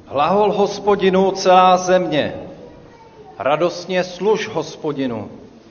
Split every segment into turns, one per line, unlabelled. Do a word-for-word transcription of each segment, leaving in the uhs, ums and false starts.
Hlahol Hospodinu celá země, radostně služ Hospodinu.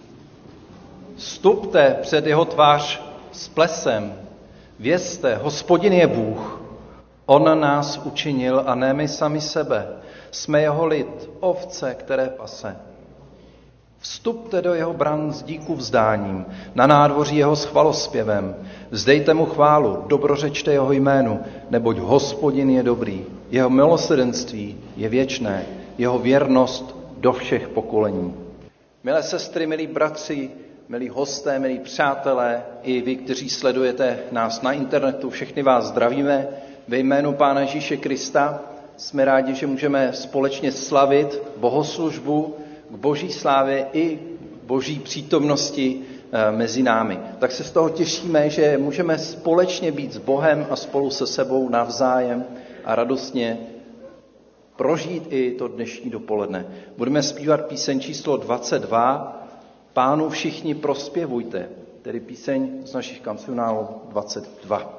Vstupte před jeho tvář s plesem, vězte, Hospodin je Bůh. On nás učinil a ne my sami sebe. Jsme jeho lid, ovce, které pase. Vstupte do jeho bran s díku vzdáním, na nádvoří jeho s chvalospěvem. Vzdejte mu chválu, dobrořečte jeho jménu, neboť Hospodin je dobrý. Jeho milosrdenství je věčné, jeho věrnost do všech pokolení. Milé sestry, milí bratři, milí hosté, milí přátelé, i vy, kteří sledujete nás na internetu, všechny vás zdravíme ve jménu Pána Ježíše Krista. Jsme rádi, že můžeme společně slavit bohoslužbu k boží slávě i boží přítomnosti mezi námi. Tak se z toho těšíme, že můžeme společně být s Bohem a spolu se sebou navzájem a radostně prožít i to dnešní dopoledne. Budeme zpívat píseň číslo dvacet dva, Pánu všichni prospěvujte, tedy píseň z našich kancionálů dvacet dva.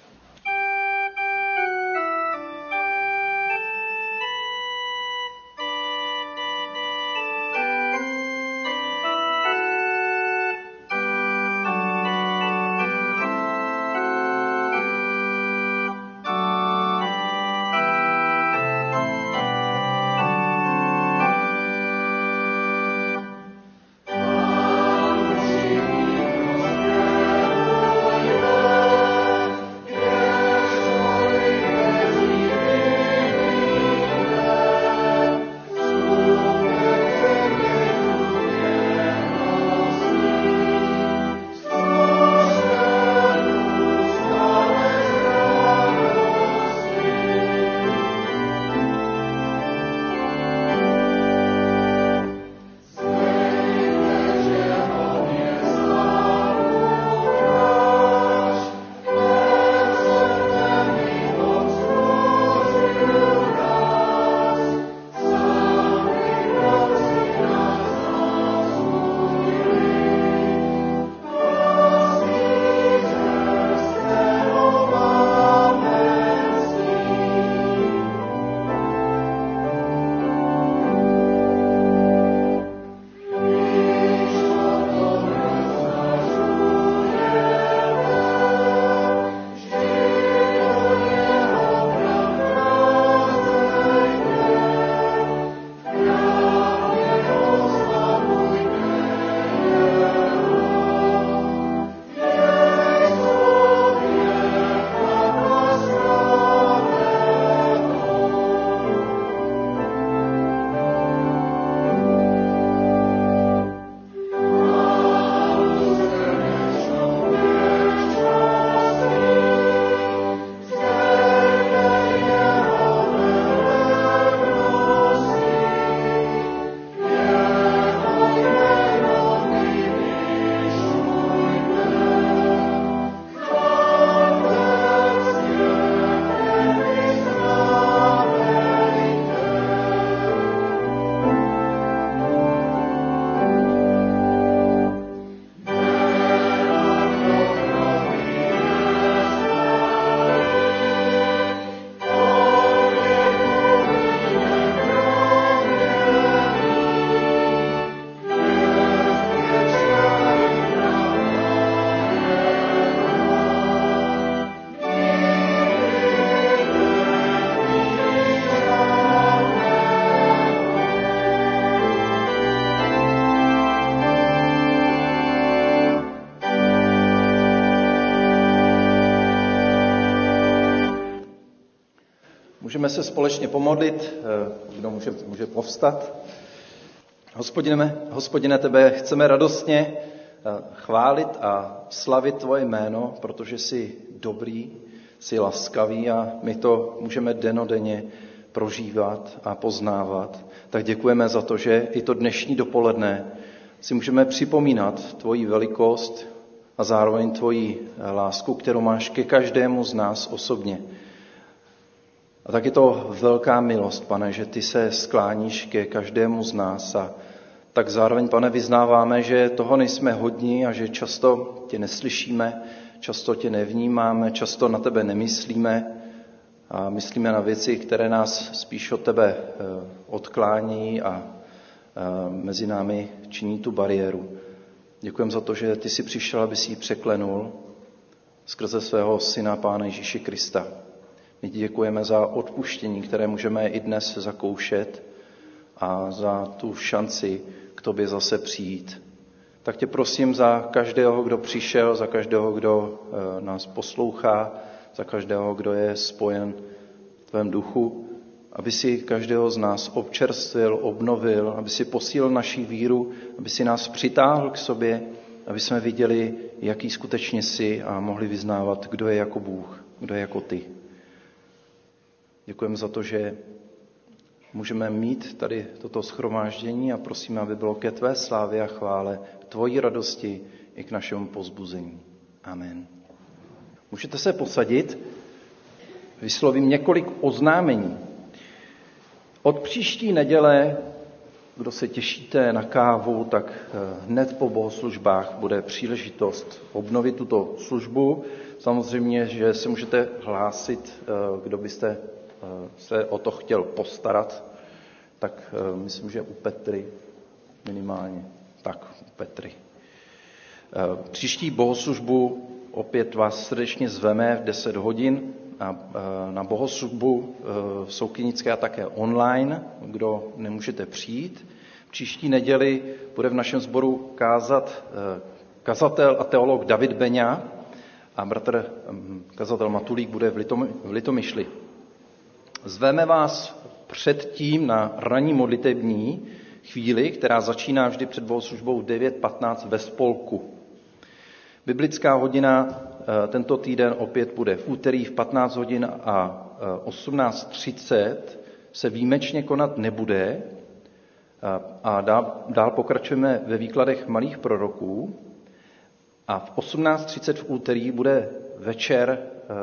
Můžeme se společně pomodlit, kdo může, může povstat. Hospodine, Hospodine, tebe chceme radostně chválit a slavit tvoje jméno, protože jsi dobrý, jsi laskavý a my to můžeme dennodenně prožívat a poznávat. Tak děkujeme za to, že i to dnešní dopoledne si můžeme připomínat tvoji velikost a zároveň tvoji lásku, kterou máš ke každému z nás osobně. A tak je to velká milost, Pane, že ty se skláníš ke každému z nás a tak zároveň, Pane, vyznáváme, že toho nejsme hodní a že často tě neslyšíme, často tě nevnímáme, často na tebe nemyslíme a myslíme na věci, které nás spíš od tebe odklání a mezi námi činí tu bariéru. Děkujeme za to, že ty jsi přišel, aby si ji překlenul skrze svého syna Pána Ježíše Krista. My ti děkujeme za odpuštění, které můžeme i dnes zakoušet a za tu šanci k tobě zase přijít. Tak tě prosím za každého, kdo přišel, za každého, kdo nás poslouchá, za každého, kdo je spojen v tvém duchu, aby si každého z nás občerstvil, obnovil, aby si posílil naši víru, aby si nás přitáhl k sobě, aby jsme viděli, jaký skutečně jsi a mohli vyznávat, kdo je jako Bůh, kdo je jako ty. Děkujeme za to, že můžeme mít tady toto shromáždění a prosíme, aby bylo ke tvé slávě a chvále, tvojí radosti i k našemu povzbuzení. Amen. Můžete se posadit, vyslovím několik oznámení. Od příští neděle, kdo se těšíte na kávu, tak hned po bohoslužbách bude příležitost obnovit tuto službu. Samozřejmě, že se můžete hlásit, kdo byste se o to chtěl postarat, tak myslím, že u Petry minimálně. Tak, u Petry. Příští bohoslužbu opět vás srdečně zveme v deset hodin na, na bohoslužbu v Soukynické a také online, kdo nemůžete přijít. Příští neděli bude v našem sboru kázat kazatel a teolog David Beňa a bratr kazatel Matulík bude v, Litom, v Litomyšli. Zveme vás předtím na ranní modlitební chvíli, která začíná vždy před bohoslužbou v devět patnáct ve spolku. Biblická hodina tento týden opět bude v úterý v patnáct hodin a osmnáct třicet se výjimečně konat nebude a dál pokračujeme ve výkladech malých proroků a v osmnáct třicet v úterý bude večer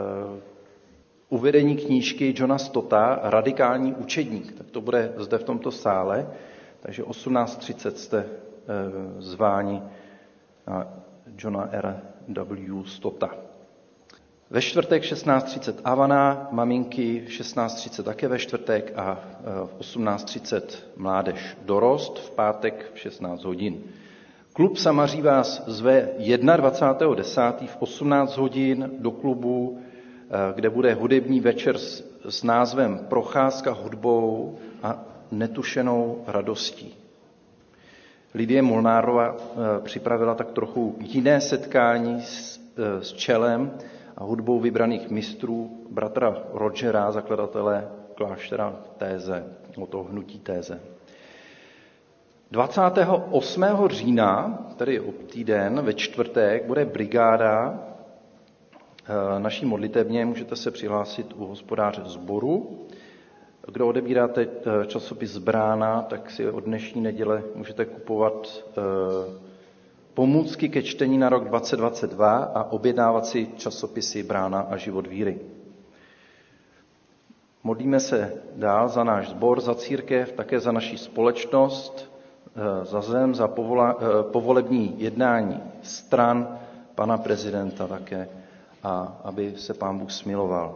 uvedení knížky Johna Stotta Radikální učedník. Tak to bude zde v tomto sále, takže osmnáct třicet jste zváni na Johna R W Stotta. Ve čtvrtek šestnáct třicet Avana, maminky šestnáct třicet také ve čtvrtek a v osmnáct třicet mládež dorost, v pátek v šestnáct hodin. Klub Samaří vás zve dvacátého prvního desátého v osmnáct hodin do klubu, kde bude hudební večer s, s názvem Procházka hudbou a netušenou radostí. Lidie Molnárová připravila tak trochu jiné setkání s, s čelem a hudbou vybraných mistrů bratra Rogera, zakladatele kláštera Téze, o to hnutí Téze. dvacátého osmého října, tedy o týden, ve čtvrtek, bude brigáda naší modlitevně. Můžete se přihlásit u hospodáře sboru. Kdo odebíráte časopis Brána, tak si od dnešní neděle můžete kupovat pomůcky ke čtení na rok dvacet dvacet dva a objednávat si časopisy Brána a Život víry. Modlíme se dál za náš sbor, za církev, také za naši společnost, za zem, za povola, povolební jednání stran, pana prezidenta také, a aby se Pán Bůh smiloval.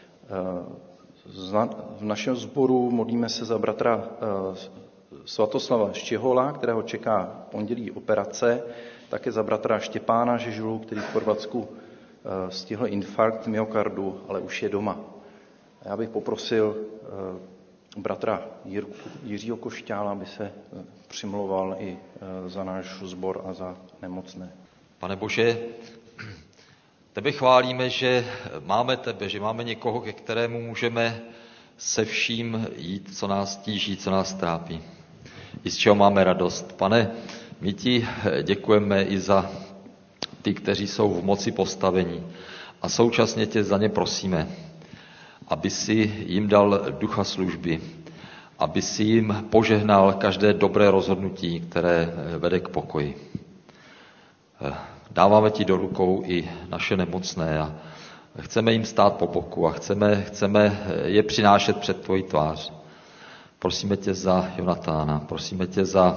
V našem sboru modlíme se za bratra Svatoslava Štěhola, kterého čeká pondělí operace, také za bratra Štěpána Žežulu, který v Chorvatsku stihl infarkt myokardu, ale už je doma. Já bych poprosil bratra Jiřího Košťála, aby se přimlouval i za náš sbor a za nemocné.
Pane Bože, tebe chválíme, že máme tebe, že máme někoho, ke kterému můžeme se vším jít, co nás tíží, co nás trápí. I z čeho máme radost. Pane, my ti děkujeme i za ty, kteří jsou v moci postavení. A současně tě za ně prosíme, aby si jim dal ducha služby, aby si jim požehnal každé dobré rozhodnutí, které vede k pokoji. Dáváme ti do rukou i naše nemocné a chceme jim stát po boku a chceme, chceme je přinášet před tvoji tvář. Prosíme tě za Jonatána, prosíme tě za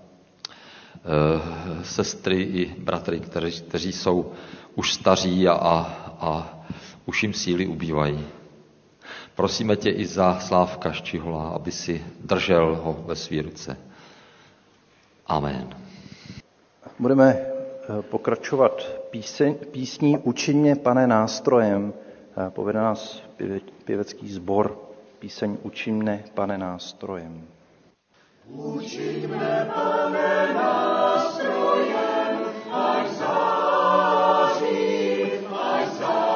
uh, sestry i bratry, kteří, kteří jsou už staří a, a, a už jim síly ubývají. Prosíme tě i za Slávka Ščihola, aby si držel ho ve své ruce. Amen.
Budeme pokračovat píseň, písní Učiň Pane nástrojem. Povede nás pěvecký sbor. Píseň Učiň Pane nástrojem.
Učiň mne, Pane, nástrojem, ať zářím, ať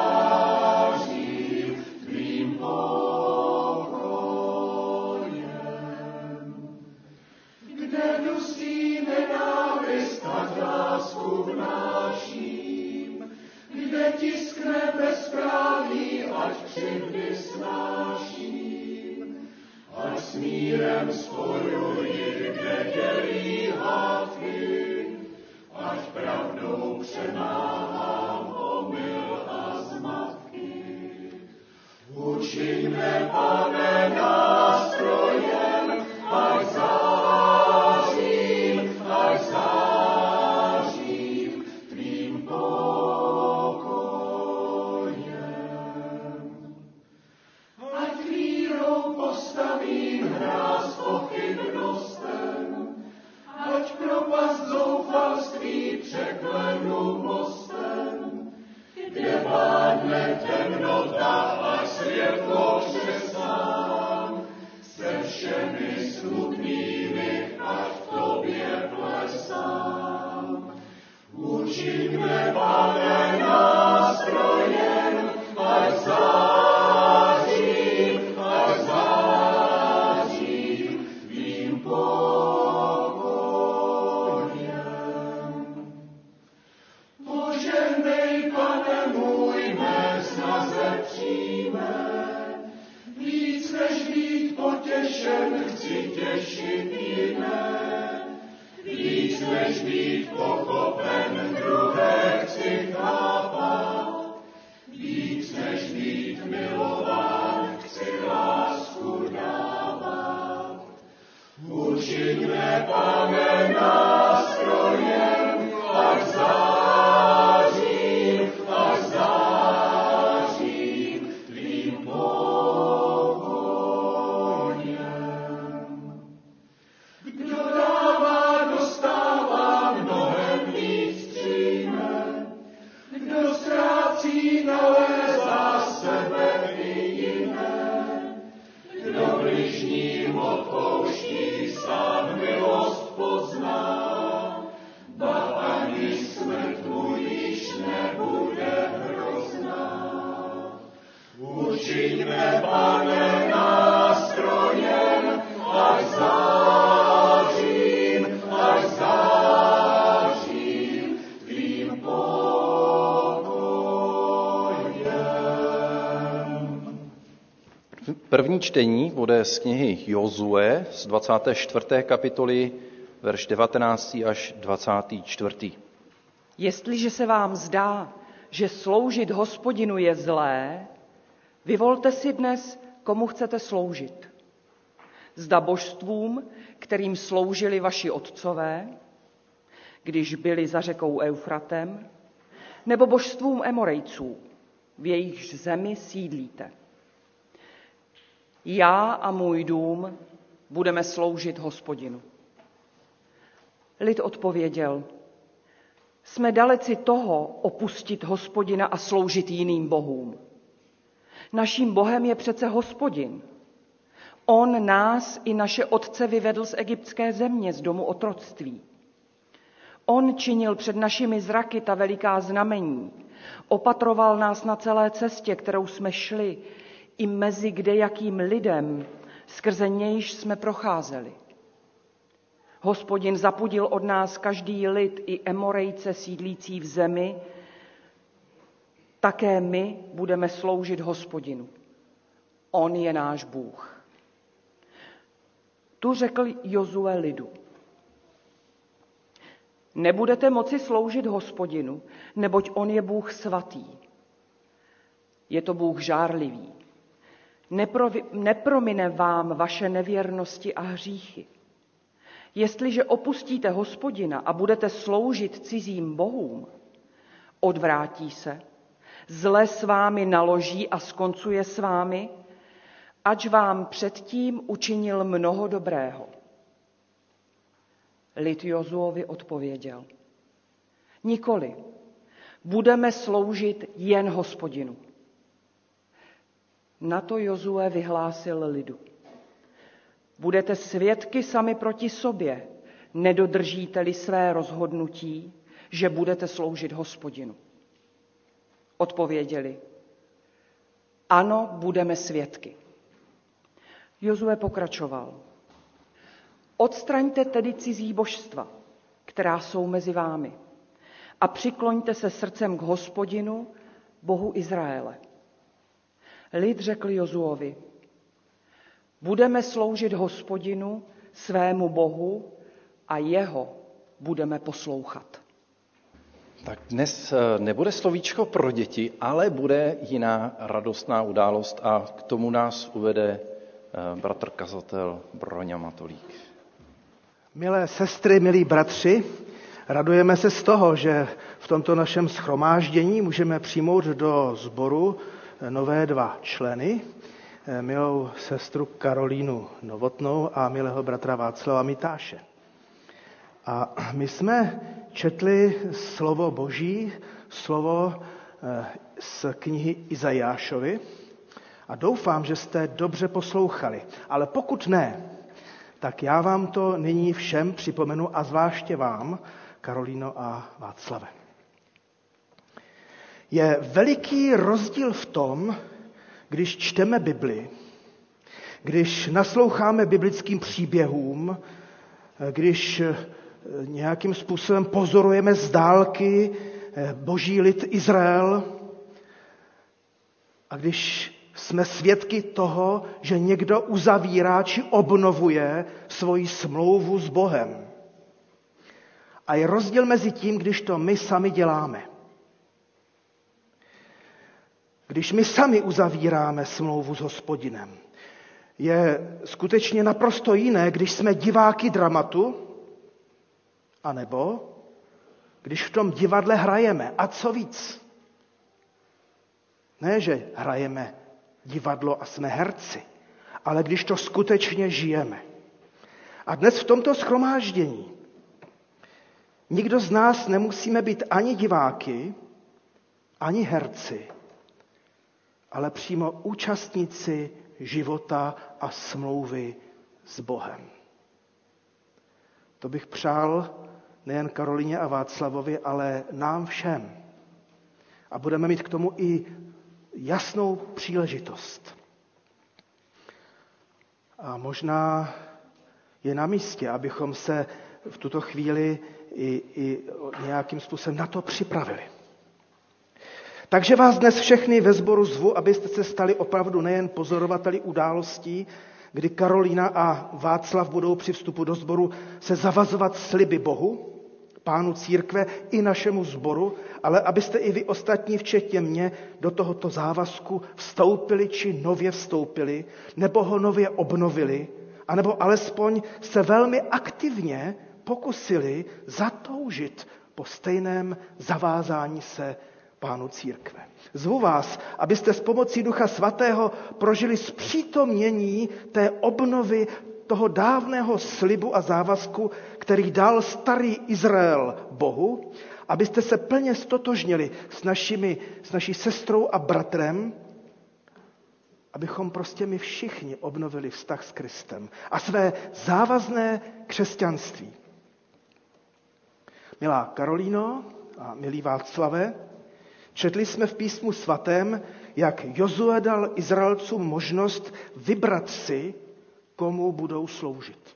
zářím tvým pokojem. Kde dusí nenávist, ať lásku vnáším, kde tiskne bezpráví, ať křivdy snáším, ať smírem spojuji, kde dělí hádky, ať pravdou přemáhám omyl a zmatky. Učiň mne, Pane, nástrojem, ať zářím, ať zářím tvým pokojem. Ať vírou postavím hráz pochybnostem, ať propast zoufalství překlenu mostem, kde vládne temnota a světlo přesám, se všemi smutnými, ať v tobě plesám. Učiň mne, Pane, nástrojem, ať zářím, ať zářím tvým pokojem. Požehnej, Pane můj, mé snaze přijme, víc než být potěšen, chci těšit jiné. Víc než být pochopen, druhé chci chápat. Víc než být milován, chci lásku dávat. Učiň mne, Pane, nástrojem, ať zářím, ať zářím tvým pokojem. Kdo dává, dostává, mnohem víc přijme. Kdo ztrácí, nalézá sebe i jiné. Kdo bližním odpouští, sám milost pozná. Ba ani smrt mu již nebude hrozná. Učiň mne, Pane, nástrojem, ať zářím, ať zářím tvým pokojem.
První čtení bude z knihy Jozue z dvacáté čtvrté kapitoly, verš devatenáctý až dvacátý čtvrtý.
Jestliže se vám zdá, že sloužit Hospodinu je zlé, vyvolte si dnes, komu chcete sloužit. Zda božstvům, kterým sloužili vaši otcové, když byli za řekou Eufratem, nebo božstvům Emorejců, v jejichž zemi sídlíte. Já a můj dům budeme sloužit Hospodinu. Lid odpověděl, jsme daleci toho opustit Hospodina a sloužit jiným bohům. Naším Bohem je přece Hospodin. On nás i naše otce vyvedl z egyptské země, z domu otroctví. On činil před našimi zraky ta veliká znamení. Opatroval nás na celé cestě, kterou jsme šli, i mezi kdejakým lidem, skrze nějž jsme procházeli. Hospodin zapudil od nás každý lid i Emorejce sídlící v zemi, také my budeme sloužit Hospodinu. On je náš Bůh. Tu řekl Jozue lidu. Nebudete moci sloužit Hospodinu, neboť on je Bůh svatý. Je to Bůh žárlivý. Neprovi, nepromine vám vaše nevěrnosti a hříchy. Jestliže opustíte Hospodina a budete sloužit cizím bohům, odvrátí se, zle s vámi naloží a skoncuje s vámi ač vám předtím učinil mnoho dobrého. Lid Jozuovi odpověděl: Nikoli, budeme sloužit jen Hospodinu. Na to Jozue vyhlásil lidu: Budete svědky sami proti sobě, nedodržíte-li své rozhodnutí, že budete sloužit Hospodinu. Odpověděli: Ano, budeme svědky. Jozue pokračoval: Odstraňte tedy cizí božstva, která jsou mezi vámi, a přikloňte se srdcem k Hospodinu, Bohu Izraele. Lid řekl Jozuovi: Budeme sloužit Hospodinu, svému Bohu, a jeho budeme poslouchat.
Tak dnes nebude slovíčko pro děti, ale bude jiná radostná událost a k tomu nás uvede bratr kazatel Broňa Matolík.
Milé sestry, milí bratři, radujeme se z toho, že v tomto našem shromáždění můžeme přijmout do sboru nové dva členy, milou sestru Karolínu Novotnou a milého bratra Václava Mitáše. A my jsme četli slovo Boží, slovo z knihy Izajášovi a doufám, že jste dobře poslouchali. Ale pokud ne, tak já vám to nyní všem připomenu a zvláště vám, Karolíno a Václave. Je veliký rozdíl v tom, když čteme Bibli, když nasloucháme biblickým příběhům, když nějakým způsobem pozorujeme z dálky boží lid Izrael a když jsme svědky toho, že někdo uzavírá či obnovuje svoji smlouvu s Bohem. A je rozdíl mezi tím, když to my sami děláme. Když my sami uzavíráme smlouvu s Hospodinem. Je skutečně naprosto jiné, když jsme diváky dramatu, anebo když v tom divadle hrajeme. A co víc? Ne, že hrajeme divadlo a jsme herci, ale když to skutečně žijeme. A dnes v tomto shromáždění nikdo z nás nemusíme být ani diváky, ani herci, ale přímo účastníci života a smlouvy s Bohem. To bych přál nejen Karolíně a Václavovi, ale nám všem. A budeme mít k tomu i jasnou příležitost. A možná je na místě, abychom se v tuto chvíli i, i nějakým způsobem na to připravili. Takže vás dnes všechny ve sboru zvu, abyste se stali opravdu nejen pozorovateli událostí, kdy Karolína a Václav budou při vstupu do sboru se zavazovat sliby Bohu, Pánu církve i našemu sboru, ale abyste i vy ostatní, včetně mě, do tohoto závazku vstoupili či nově vstoupili, nebo ho nově obnovili, anebo alespoň se velmi aktivně pokusili zatoužit po stejném zavázání se Pánu církve. Zvu vás, abyste s pomocí Ducha Svatého prožili zpřítomnění té obnovy toho dávného slibu a závazku, který dal starý Izrael Bohu, abyste se plně stotožnili s, našimi, s naší sestrou a bratrem, abychom prostě my všichni obnovili vztah s Kristem a své závazné křesťanství. Milá Karolíno a milý Václave, četli jsme v písmu svatém, jak Jozue dal Izraelcům možnost vybrat si, komu budou sloužit.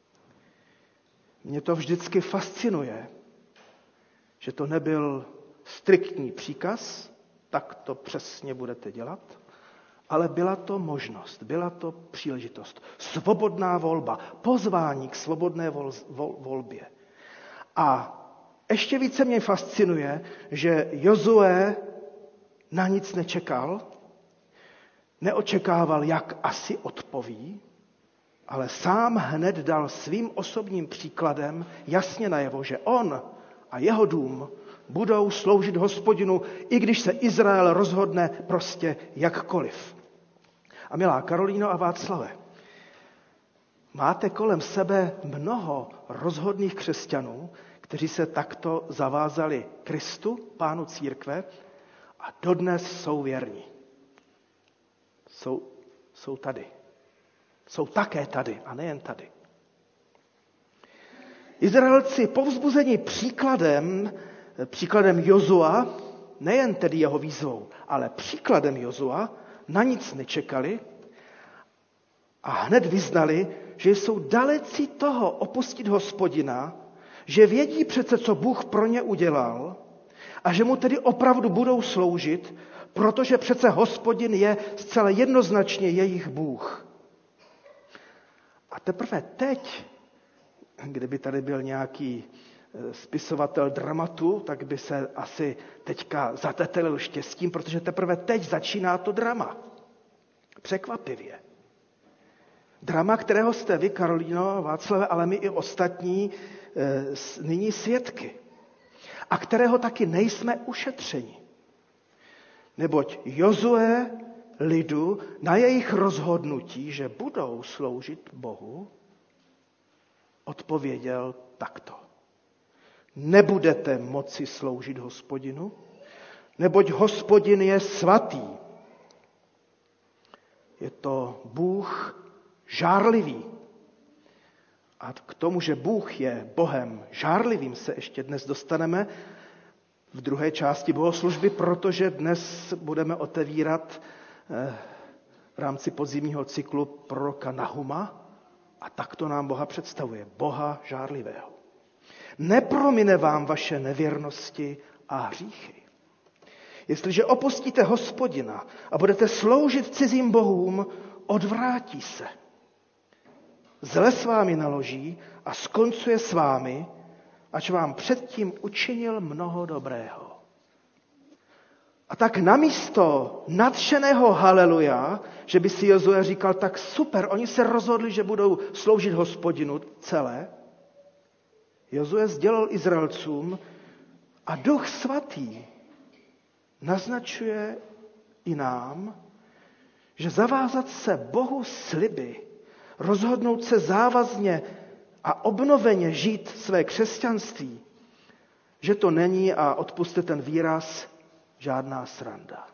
Mě to vždycky fascinuje, že to nebyl striktní příkaz, tak to přesně budete dělat, ale byla to možnost, byla to příležitost, svobodná volba, pozvání k svobodné vol, vol, volbě. A ještě více mě fascinuje, že Jozue na nic nečekal, neočekával, jak asi odpoví, ale sám hned dal svým osobním příkladem jasně najevo, že on a jeho dům budou sloužit Hospodinu, i když se Izrael rozhodne prostě jakkoliv. A milá Karolíno a Václave, máte kolem sebe mnoho rozhodných křesťanů, kteří se takto zavázali Kristu, Pánu církve, a dodnes jsou věrní. Jsou, jsou tady. Jsou také tady a nejen tady. Izraelci povzbuzení příkladem, příkladem Jozua, nejen tedy jeho výzvou, ale příkladem Jozua, na nic nečekali a hned vyznali, že jsou daleci toho opustit Hospodina, že vědí přece, co Bůh pro ně udělal a že mu tedy opravdu budou sloužit, protože přece Hospodin je zcela jednoznačně jejich Bůh. A teprve teď, kdyby tady byl nějaký spisovatel dramatu, tak by se asi teďka zatetelil štěstím, protože teprve teď začíná to drama. Překvapivě. Drama, kterého jste vy, Karolíno, Václave, ale my i ostatní nyní svědky. A kterého taky nejsme ušetřeni. Neboť Jozue lidu na jejich rozhodnutí, že budou sloužit Bohu, odpověděl takto. Nebudete moci sloužit Hospodinu, neboť Hospodin je svatý. Je to Bůh žárlivý. A k tomu, že Bůh je Bohem žárlivým, se ještě dnes dostaneme v druhé části bohoslužby, protože dnes budeme otevírat v rámci podzimního cyklu proroka Nahuma a takto nám Boha představuje. Boha žárlivého. Nepromine vám vaše nevěrnosti a hříchy. Jestliže opustíte Hospodina a budete sloužit cizím bohům, odvrátí se. Zle s vámi naloží a skoncuje s vámi, ač vám předtím učinil mnoho dobrého. A tak namísto nadšeného haleluja, že by si Jozue říkal, tak super, oni se rozhodli, že budou sloužit Hospodinu celé, Jozue sdělil Izraelcům a Duch Svatý naznačuje i nám, že zavázat se Bohu sliby, rozhodnout se závazně a obnoveně žít své křesťanství, že to není, a odpusťte ten výraz, žádná sranda.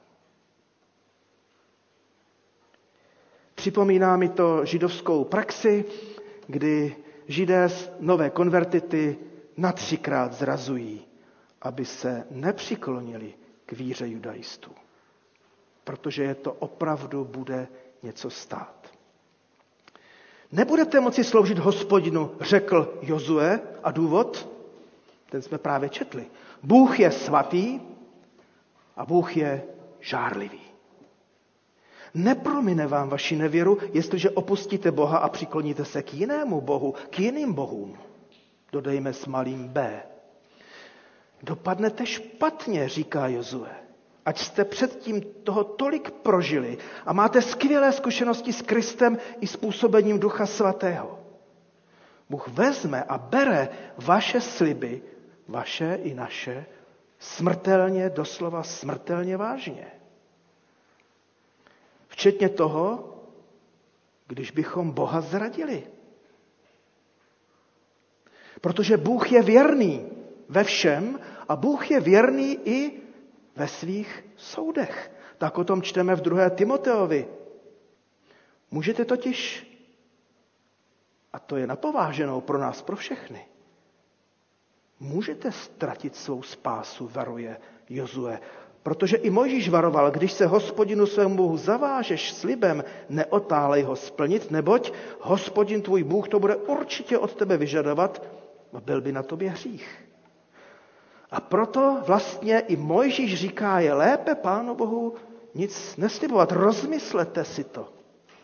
Připomíná mi to židovskou praxi, kdy Židé nové konvertity na třikrát zrazují, aby se nepřiklonili k víře judaistů. Protože je to opravdu bude něco stát. Nebudete moci sloužit Hospodinu, řekl Jozue, a důvod, ten jsme právě četli. Bůh je svatý a Bůh je žárlivý. Nepromine vám vaši nevěru, jestliže opustíte Boha a přikloníte se k jinému Bohu, k jiným bohům. Dodejme s malým b. Dopadnete špatně, říká Jozue. Ať jste předtím toho tolik prožili a máte skvělé zkušenosti s Kristem i s působením Ducha Svatého. Bůh vezme a bere vaše sliby, vaše i naše, smrtelně, doslova smrtelně vážně. Včetně toho, když bychom Boha zradili. Protože Bůh je věrný ve všem a Bůh je věrný i ve svých soudech. Tak o tom čteme v druhé Timoteovi. Můžete totiž, a to je napováženou pro nás, pro všechny, můžete ztratit svou spásu, varuje Jozue. Protože i Mojžíš varoval, když se Hospodinu svému Bohu zavážeš slibem, neotálej ho splnit, neboť Hospodin tvůj Bůh to bude určitě od tebe vyžadovat a byl by na tobě hřích. A proto vlastně i Mojžíš říká, je lépe Pánu Bohu nic neslibovat. Rozmyslete si to.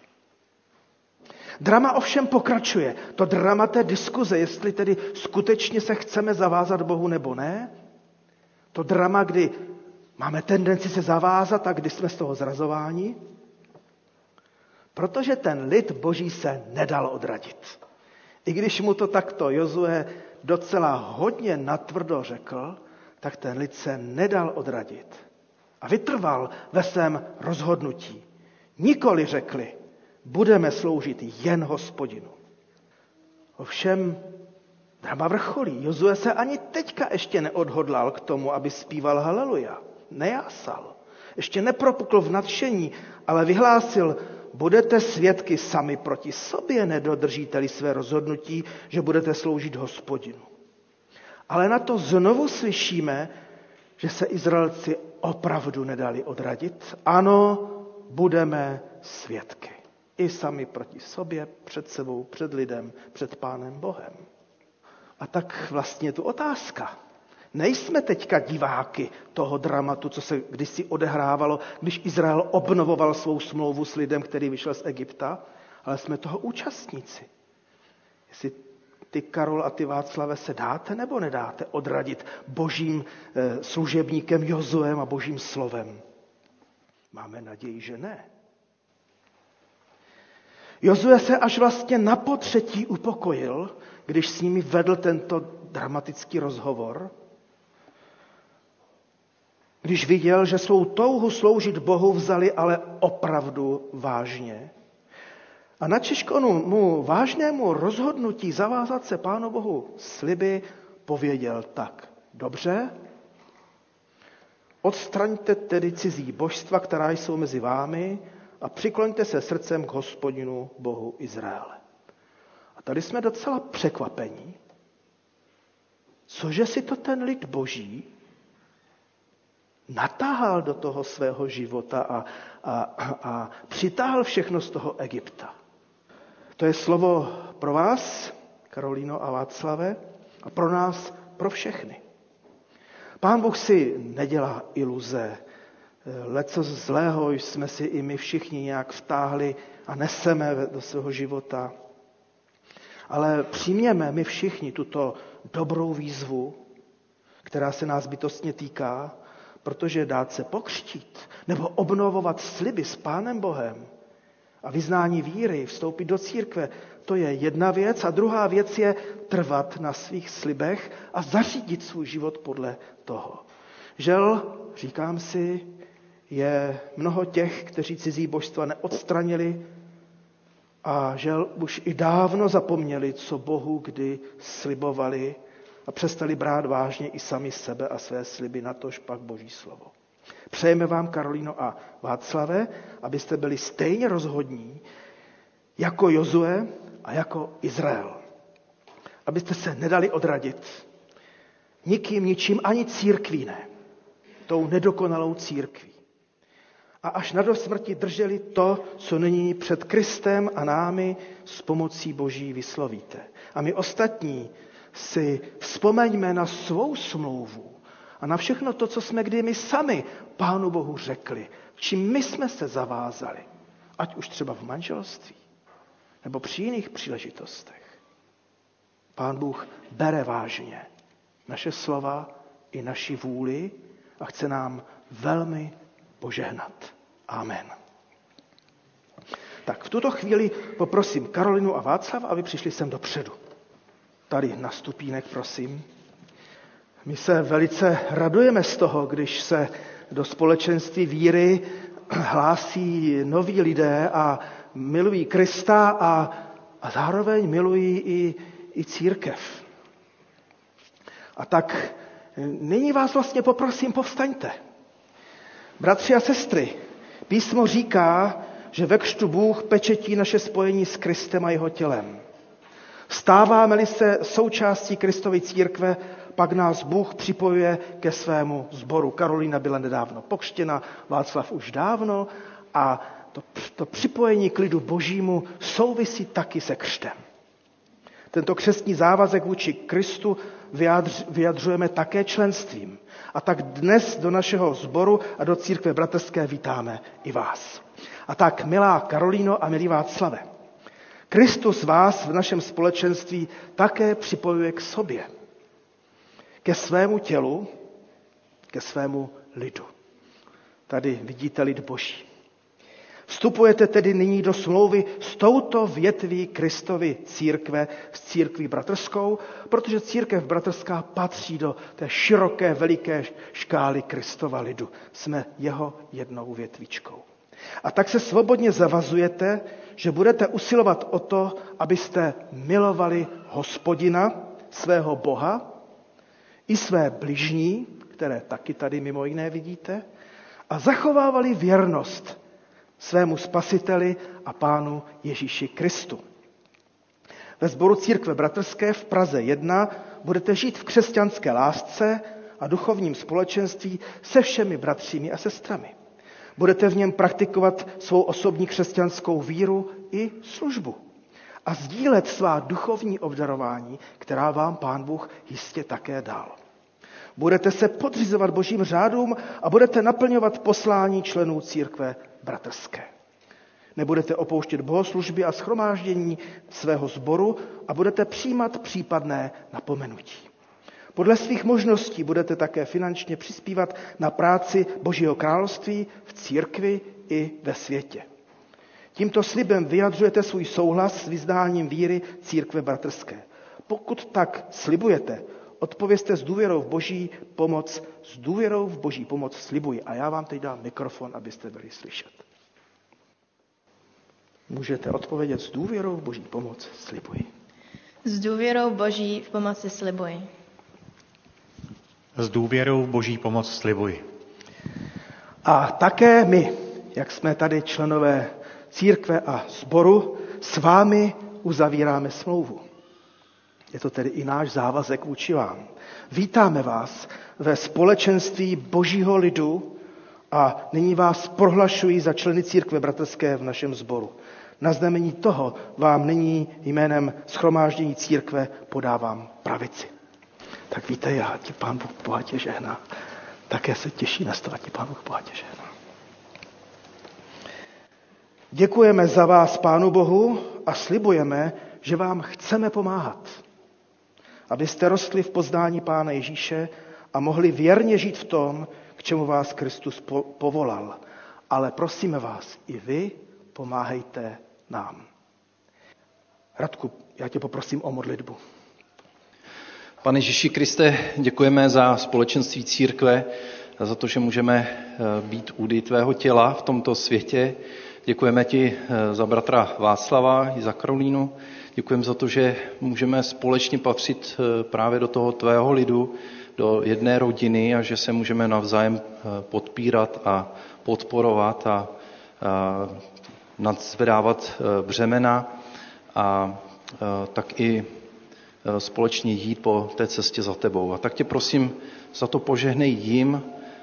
Drama ovšem pokračuje. To drama té diskuze, jestli tedy skutečně se chceme zavázat Bohu nebo ne. To drama, kdy máme tendenci se zavázat a kdy jsme z toho zrazováni. Protože ten lid Boží se nedal odradit. I když mu to takto Jozue docela hodně natvrdo řekl, tak ten lid se nedal odradit. A vytrval ve svém rozhodnutí. Nikoli řekli, budeme sloužit jen Hospodinu. Ovšem drama vrcholí. Jozue se ani teďka ještě neodhodlal k tomu, aby zpíval haleluja. Nejásal. Ještě nepropukl v nadšení, ale vyhlásil, budete svědky sami proti sobě, nedodržíte-li své rozhodnutí, že budete sloužit Hospodinu. Ale na to znovu slyšíme, že se Izraelci opravdu nedali odradit. Ano, budeme svědky. I sami proti sobě, před sebou, před lidem, před Pánem Bohem. A tak vlastně tu otázka. Nejsme teďka diváky toho dramatu, co se kdysi odehrávalo, když Izrael obnovoval svou smlouvu s lidem, který vyšel z Egypta, ale jsme toho účastníci. Jestli ty, Karol a ty, Václave, se dáte nebo nedáte odradit božím eh, služebníkem Jozuem a božím slovem? Máme naději, že ne. Jozue se až vlastně na potřetí upokojil, když s nimi vedl tento dramatický rozhovor, když viděl, že svou touhu sloužit Bohu vzali ale opravdu vážně. A na Češkonu mu vážnému rozhodnutí zavázat se Pánu Bohu sliby pověděl tak. Dobře, odstraňte tedy cizí božstva, která jsou mezi vámi, a přikloňte se srdcem k Hospodinu Bohu Izraele. A tady jsme docela překvapení. Cože si to ten lid boží natáhal do toho svého života a, a, a přitáhl všechno z toho Egypta. To je slovo pro vás, Karolíno a Václave, a pro nás, pro všechny. Pán Bůh si nedělá iluze. Leco zlého jsme si i my všichni nějak vtáhli a neseme do svého života. Ale přijměme my všichni tuto dobrou výzvu, která se nás bytostně týká, protože dát se pokřtít nebo obnovovat sliby s Pánem Bohem a vyznání víry, vstoupit do církve, to je jedna věc. A druhá věc je trvat na svých slibech a zařídit svůj život podle toho. Žel, říkám si, je mnoho těch, kteří cizí božstva neodstranili a žel už i dávno zapomněli, co Bohu kdy slibovali a přestali brát vážně i sami sebe a své sliby, natož pak Boží slovo. Přejeme vám, Karolíno a Václave, abyste byli stejně rozhodní jako Jozue a jako Izrael. Abyste se nedali odradit nikým, ničím, ani církví ne. Tou nedokonalou církví. A až na dosmrti drželi to, co nyní před Kristem a námi s pomocí Boží vyslovíte. A my ostatní si vzpomeňme na svou smlouvu a na všechno to, co jsme kdy my sami Pánu Bohu řekli, čím my jsme se zavázali, ať už třeba v manželství nebo při jiných příležitostech. Pán Bůh bere vážně naše slova i naši vůli a chce nám velmi požehnat. Amen. Tak v tuto chvíli poprosím Karolinu a Václava, aby přišli sem dopředu. Tady na stupínek, prosím. My se velice radujeme z toho, když se do společenství víry hlásí noví lidé a milují Krista a, a zároveň milují i, i církev. A tak nyní vás vlastně poprosím, povstaňte. Bratři a sestry, písmo říká, že ve křtu Bůh pečetí naše spojení s Kristem a jeho tělem. Stáváme-li se součástí Kristovy církve, pak nás Bůh připojuje ke svému sboru. Karolína byla nedávno pokřtěna, Václav už dávno a to, to připojení k lidu Božímu souvisí taky se křtem. Tento křestní závazek vůči Kristu vyjadř, vyjadřujeme také členstvím. A tak dnes do našeho sboru a do církve bratrské vítáme i vás. A tak, milá Karolíno a milý Václave, Kristus vás v našem společenství také připojuje k sobě, ke svému tělu, ke svému lidu. Tady vidíte lid Boží. Vstupujete tedy nyní do smlouvy s touto větví Kristovy církve, s církví bratrskou, protože církev bratrská patří do té široké, veliké škály Kristova lidu. Jsme jeho jednou větvičkou. A tak se svobodně zavazujete, že budete usilovat o to, abyste milovali Hospodina, svého Boha, i své bližní, které taky tady mimo jiné vidíte, a zachovávali věrnost svému Spasiteli a Pánu Ježíši Kristu. Ve sboru Církve bratrské v Praze jedna budete žít v křesťanské lásce a duchovním společenství se všemi bratřími a sestrami. Budete v něm praktikovat svou osobní křesťanskou víru i službu a sdílet svá duchovní obdarování, která vám Pán Bůh jistě také dal. Budete se podřizovat Božím řádům a budete naplňovat poslání členů Církve bratrské. Nebudete opouštět bohoslužby a shromáždění svého sboru a budete přijímat případné napomenutí. Podle svých možností budete také finančně přispívat na práci Božího království v církvi i ve světě. Tímto slibem vyjadřujete svůj souhlas s vyznáním víry Církve bratrské. Pokud tak slibujete, odpovězte s důvěrou v Boží pomoc, s důvěrou v Boží pomoc slibuji. A já vám teď dám mikrofon, abyste byli slyšet. Můžete odpovědět s důvěrou v Boží pomoc slibuji.
S důvěrou Boží v pomoci slibuji.
S důvěrou v Boží pomoc slibuji.
A také my, jak jsme tady členové církve a sboru, s vámi uzavíráme smlouvu. Je to tedy i náš závazek vůči vám. Vítáme vás ve společenství Božího lidu a nyní vás prohlašuji za členy Církve bratrské v našem sboru. Na znamení toho vám nyní jménem shromáždění církve podávám pravici. Tak víte, já ti Pán Bůh bohatě žehná. Také se těší na to, a ti Pán Bůh bohatě žehná. Děkujeme za vás Pánu Bohu a slibujeme, že vám chceme pomáhat, abyste rostli v poznání Pána Ježíše a mohli věrně žít v tom, k čemu vás Kristus po- povolal. Ale prosíme vás, i vy pomáhejte nám. Radku, já tě poprosím o modlitbu.
Pane Ježíši Kriste, děkujeme za společenství církve, za to, že můžeme být údy tvého těla v tomto světě. Děkujeme ti za bratra Václava i za Karolínu. Děkujeme za to, že můžeme společně patřit právě do toho tvého lidu, do jedné rodiny a že se můžeme navzájem podpírat a podporovat a, a nadzvedávat břemena a, a tak i společně jít po té cestě za tebou. A tak tě prosím, za to požehnej jim,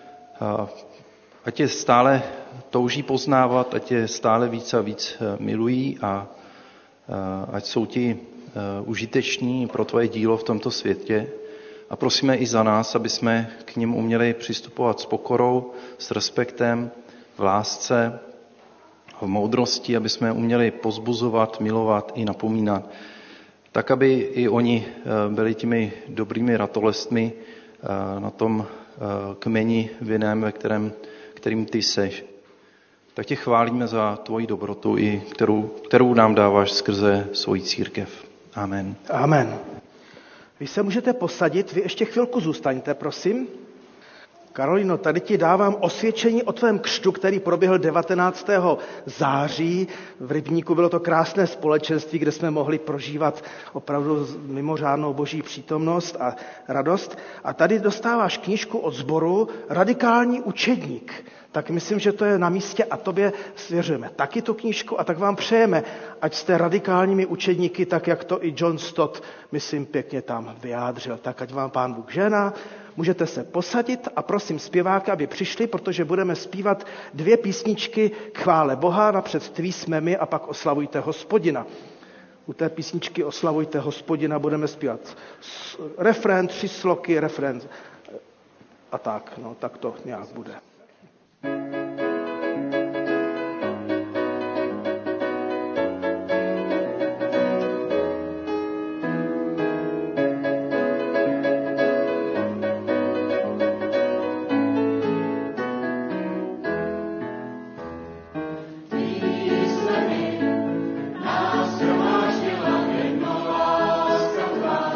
ať tě stále touží poznávat, ať tě stále víc a víc milují a ať jsou ti užiteční pro tvoje dílo v tomto světě. A prosíme i za nás, aby jsme k nim uměli přistupovat s pokorou, s respektem, v lásce, v moudrosti, aby jsme uměli pozbuzovat, milovat i napomínat, tak, aby i oni byli těmi dobrými ratolestmi na tom kmeni vinném, ve kterém, kterým ty seš. Tak tě chválíme za tvoji dobrotu, i kterou, kterou nám dáváš skrze svoji církev. Amen.
Amen. Vy se můžete posadit, vy ještě chvilku zůstaňte, prosím. Karolino, tady ti dávám osvědčení o tvém křtu, který proběhl devatenáctého září. V Rybníku bylo to krásné společenství, kde jsme mohli prožívat opravdu mimořádnou boží přítomnost a radost. A tady dostáváš knížku od sboru Radikální učedník. Tak myslím, že to je na místě a tobě svěřujeme taky tu knížku a tak vám přejeme, ať jste radikálními učedníky, tak jak to i John Stott, myslím, pěkně tam vyjádřil. Tak ať vám Pán Bůh žehná. Můžete se posadit a prosím zpěváky, aby přišli, protože budeme zpívat dvě písničky k chvále Boha, napřed Tví jsme my a pak Oslavujte Hospodina. U té písničky Oslavujte Hospodina budeme zpívat refrén, tři sloky, refrén a tak, no tak to nějak bude.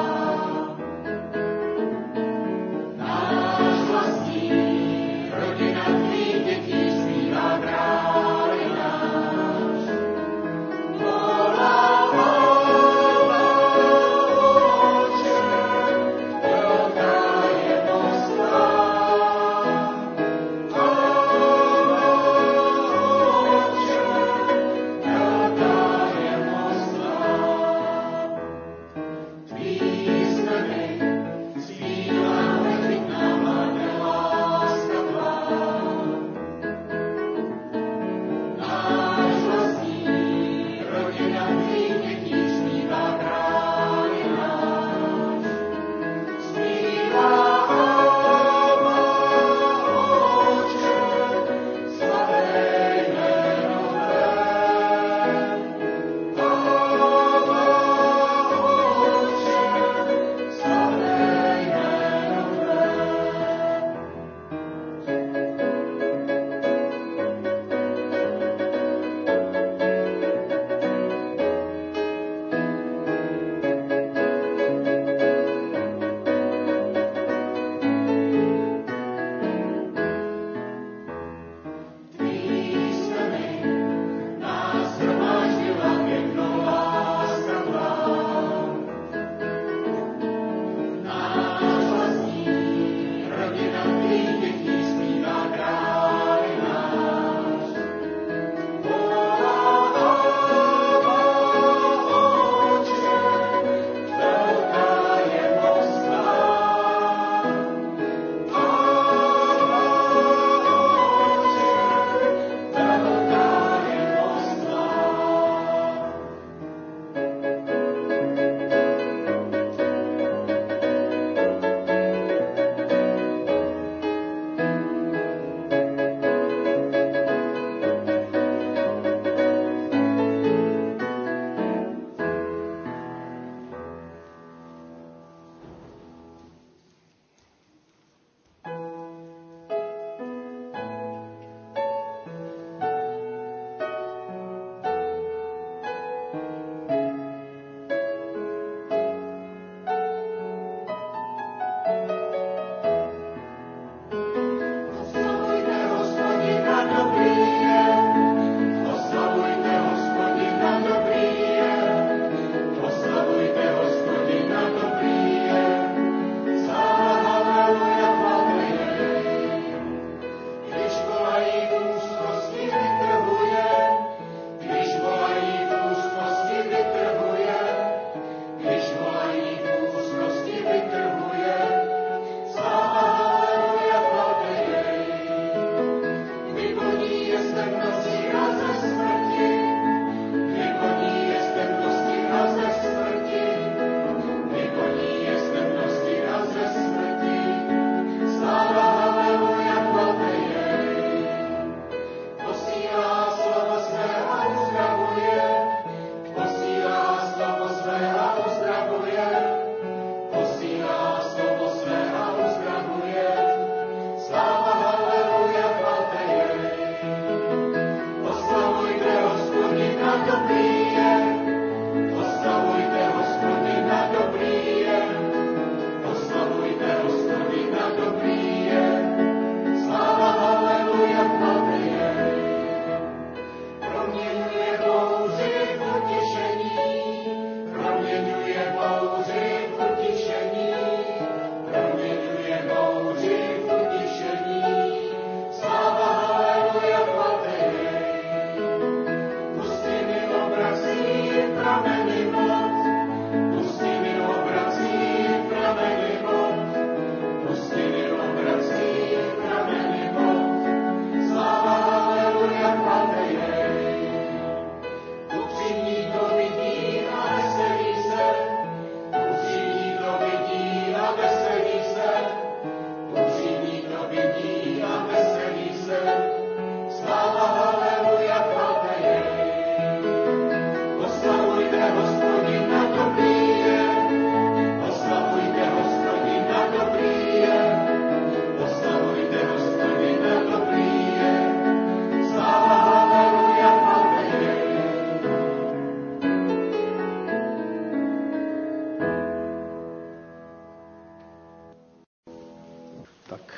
Rodina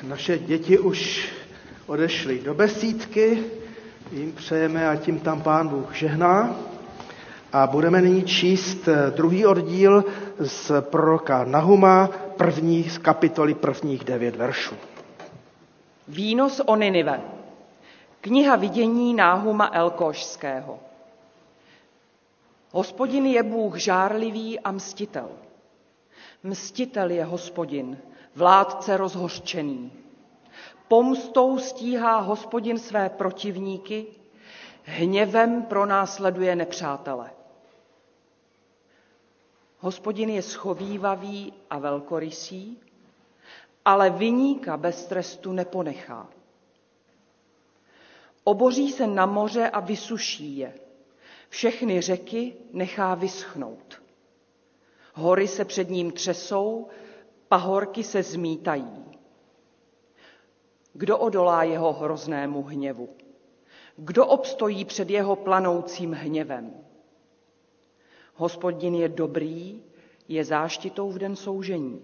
Naše děti už odešly do besídky, jim přejeme, ať jim tam Pán Bůh žehná. A budeme nyní číst druhý oddíl z proroka Nahuma, první z kapitoly prvních devět veršů.
Výnos o Ninive. Kniha vidění Náhuma Elkošského. Hospodin je Bůh žárlivý a mstitel. Mstitel je Hospodin, vládce rozhořčený. Pomstou stíhá Hospodin své protivníky, hněvem pronásleduje nepřátele. Hospodin je schovívavý a velkorysý, ale viníka bez trestu neponechá. Oboří se na moře a vysuší je. Všechny řeky nechá vyschnout. Hory se před ním třesou, pahorky se zmítají. Kdo odolá jeho hroznému hněvu? Kdo obstojí před jeho planoucím hněvem? Hospodin je dobrý, je záštitou v den soužení.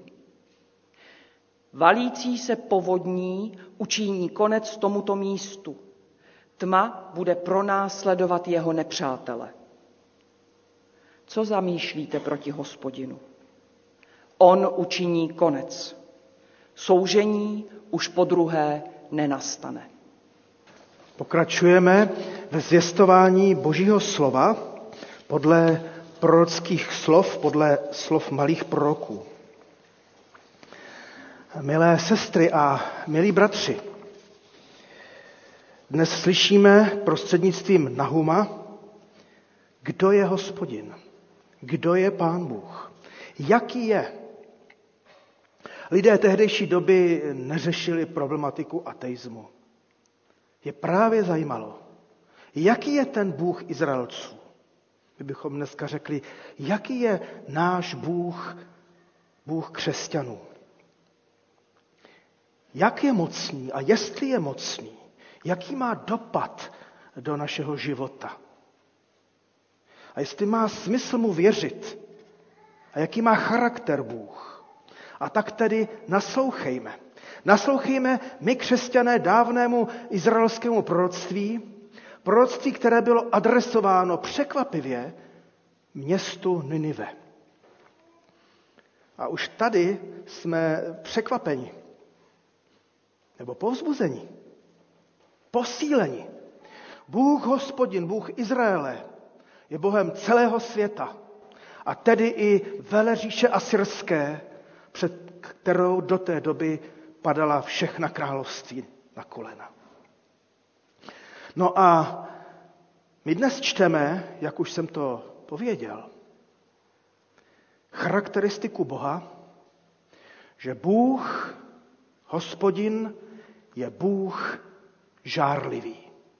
Valící se povodní učiní konec tomuto místu. Tma bude pronásledovat jeho nepřátele. Co zamýšlíte proti Hospodinu? On učiní konec. Soužení už podruhé nenastane.
Pokračujeme ve zvěstování Božího slova podle prorockých slov, podle slov malých proroků. Milé sestry a milí bratři, dnes slyšíme prostřednictvím Nahuma, kdo je Hospodin, kdo je Pán Bůh, jaký je. Lidé tehdejší doby neřešili problematiku ateismu. Je právě zajímalo, jaký je ten Bůh Izraelců. My bychom dneska řekli, jaký je náš Bůh, Bůh křesťanů. Jak je mocný a jestli je mocný, jaký má dopad do našeho života. A jestli má smysl mu věřit a jaký má charakter Bůh. A tak tedy naslouchejme. Naslouchejme my křesťané dávnému izraelskému proroctví, proroctví, které bylo adresováno překvapivě městu Ninive. A už tady jsme překvapeni, nebo povzbuzeni, posíleni. Bůh Hospodin, Bůh Izraele, je Bohem celého světa, a tedy i veleříše asyrské, před kterou do té doby padala všechna království na kolena. No a my dnes čteme, jak už jsem to pověděl, charakteristiku Boha, že Bůh, Hospodin, je Bůh žárlivý.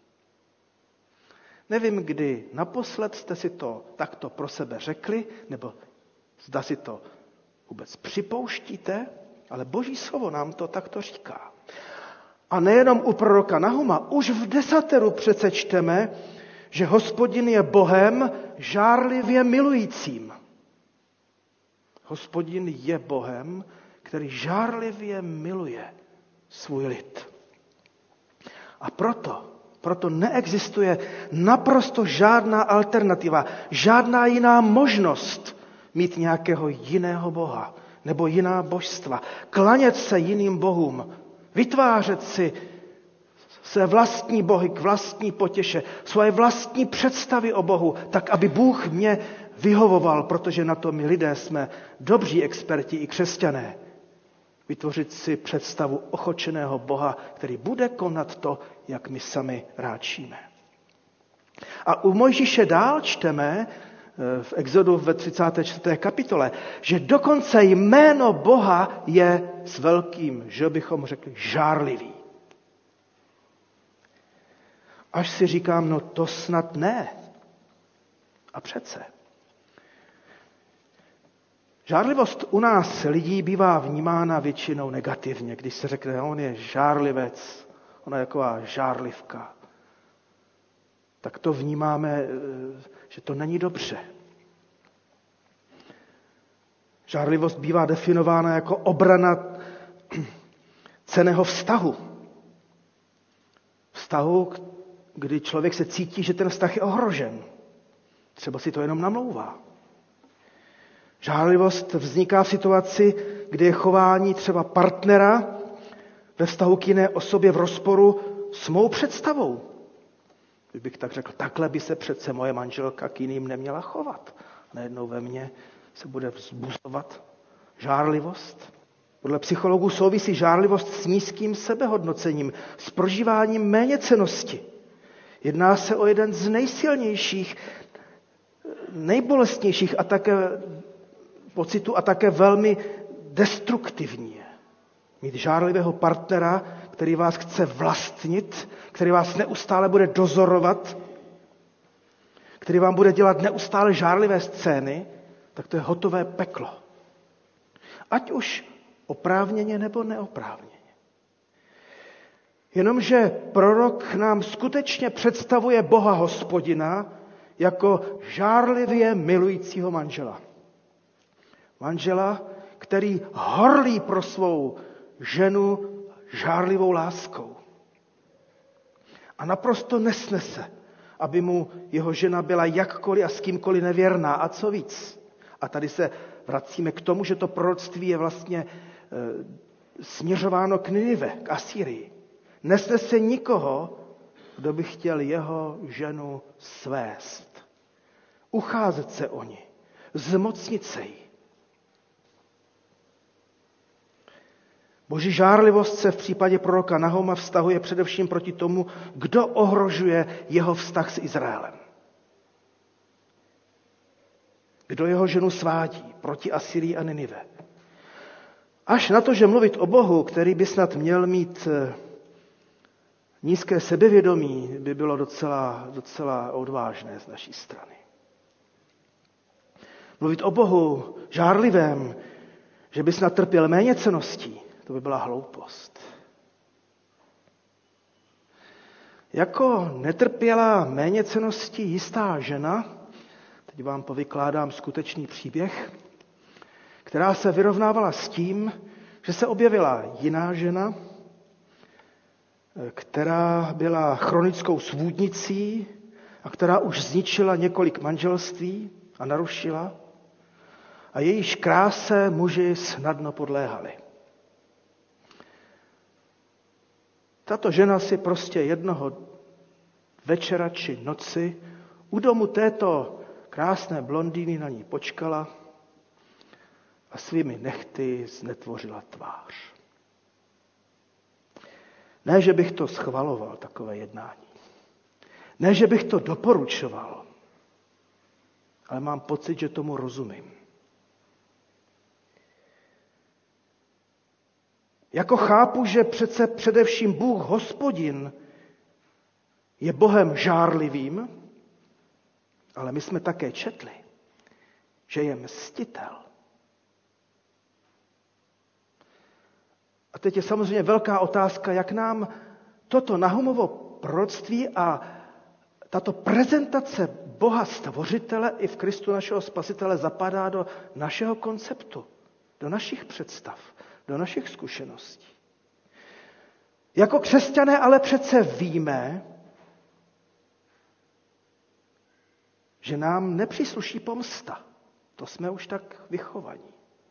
Nevím, kdy naposled jste si to takto pro sebe řekli, nebo zda si to vůbec připouštíte, ale Boží slovo nám to takto říká. A nejenom u proroka Nahuma, už v desateru přece čteme, že Hospodin je Bohem žárlivě milujícím. Hospodin je Bohem, který žárlivě miluje svůj lid. A proto, proto neexistuje naprosto žádná alternativa, žádná jiná možnost mít nějakého jiného Boha nebo jiná božstva, klanět se jiným bohům, vytvářet si své vlastní bohy k vlastní potěše, svoje vlastní představy o Bohu, tak aby Bůh mě vyhovoval, protože na to my lidé jsme dobří experti i křesťané. Vytvořit si představu ochočeného Boha, který bude konat to, jak my sami ráčíme. A u Mojžíše dál čteme v Exodu ve třicáté čtvrté kapitole, že dokonce jméno Boha je s velkým, že bychom řekli, žárlivý. Až si říkám, no to snad ne. A přece. Žárlivost u nás lidí bývá vnímána většinou negativně, když se řekne, on je žárlivec, ona je taková žárlivka. Tak to vnímáme, že to není dobře. Žárlivost bývá definována jako obrana cenného vztahu. Vztahu, kdy člověk se cítí, že ten vztah je ohrožen. Třeba si to jenom namlouvá. Žárlivost vzniká v situaci, kdy je chování třeba partnera ve vztahu k jiné osobě v rozporu s mou představou. Kdybych tak řekl, takhle by se přece moje manželka k jiným neměla chovat. Najednou ve mně se bude vzbuzovat žárlivost. Podle psychologů souvisí žárlivost s nízkým sebehodnocením, s prožíváním méněcennosti. Jedná se o jeden z nejsilnějších, nejbolestnějších a také pocitů a také velmi destruktivní. Mít žárlivého partnera, který vás chce vlastnit, který vás neustále bude dozorovat, který vám bude dělat neustále žárlivé scény, tak to je hotové peklo. Ať už oprávněně nebo neoprávněně. Jenomže prorok nám skutečně představuje Boha Hospodina jako žárlivě milujícího manžela. Manžela, který horlí pro svou ženu žárlivou láskou. A naprosto nesnese, aby mu jeho žena byla jakkoliv a s kýmkoliv nevěrná. A co víc? A tady se vracíme k tomu, že to proroctví je vlastně e, směřováno k Ninive, k Asýrii. Nesnese nikoho, kdo by chtěl jeho ženu svést. Ucházet se o ní, zmocnit se jí. Boží žárlivost se v případě proroka Nahuma vztahuje především proti tomu, kdo ohrožuje jeho vztah s Izraelem. Kdo jeho ženu svádí proti Asyrii a Ninive. Až na to, že mluvit o Bohu, který by snad měl mít nízké sebevědomí, by bylo docela, docela odvážné z naší strany. Mluvit o Bohu žárlivém, že by snad trpěl méněcenností, to by byla hloupost. Jako netrpěla méněcenností jistá žena, teď vám povykládám skutečný příběh, která se vyrovnávala s tím, že se objevila jiná žena, která byla chronickou svůdnicí a která už zničila několik manželství a narušila a jejíž kráse muži snadno podléhali. Tato žena si prostě jednoho večera či noci u domu této krásné blondýny na ní počkala a svými nehty znetvořila tvář. Ne, že bych to schvaloval, takové jednání. Ne, že bych to doporučoval, ale mám pocit, že tomu rozumím. Jako chápu, že přece především Bůh Hospodin je Bohem žárlivým, ale my jsme také četli, že je mstitel. A teď je samozřejmě velká otázka, jak nám toto Nahumovo proroctví a tato prezentace Boha Stvořitele i v Kristu našeho Spasitele zapadá do našeho konceptu, do našich představ, do našich zkušeností. Jako křesťané ale přece víme, že nám nepřísluší pomsta. To jsme už tak vychovaní.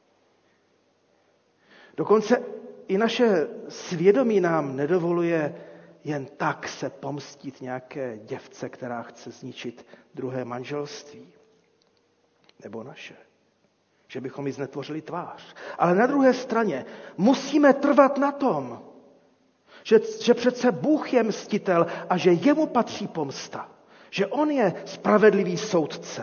Dokonce i naše svědomí nám nedovoluje jen tak se pomstit nějaké děvce, která chce zničit druhé manželství. Nebo naše. Že bychom jí znetvořili tvář. Ale na druhé straně musíme trvat na tom, že, že přece Bůh je mstitel a že jemu patří pomsta. Že on je spravedlivý soudce.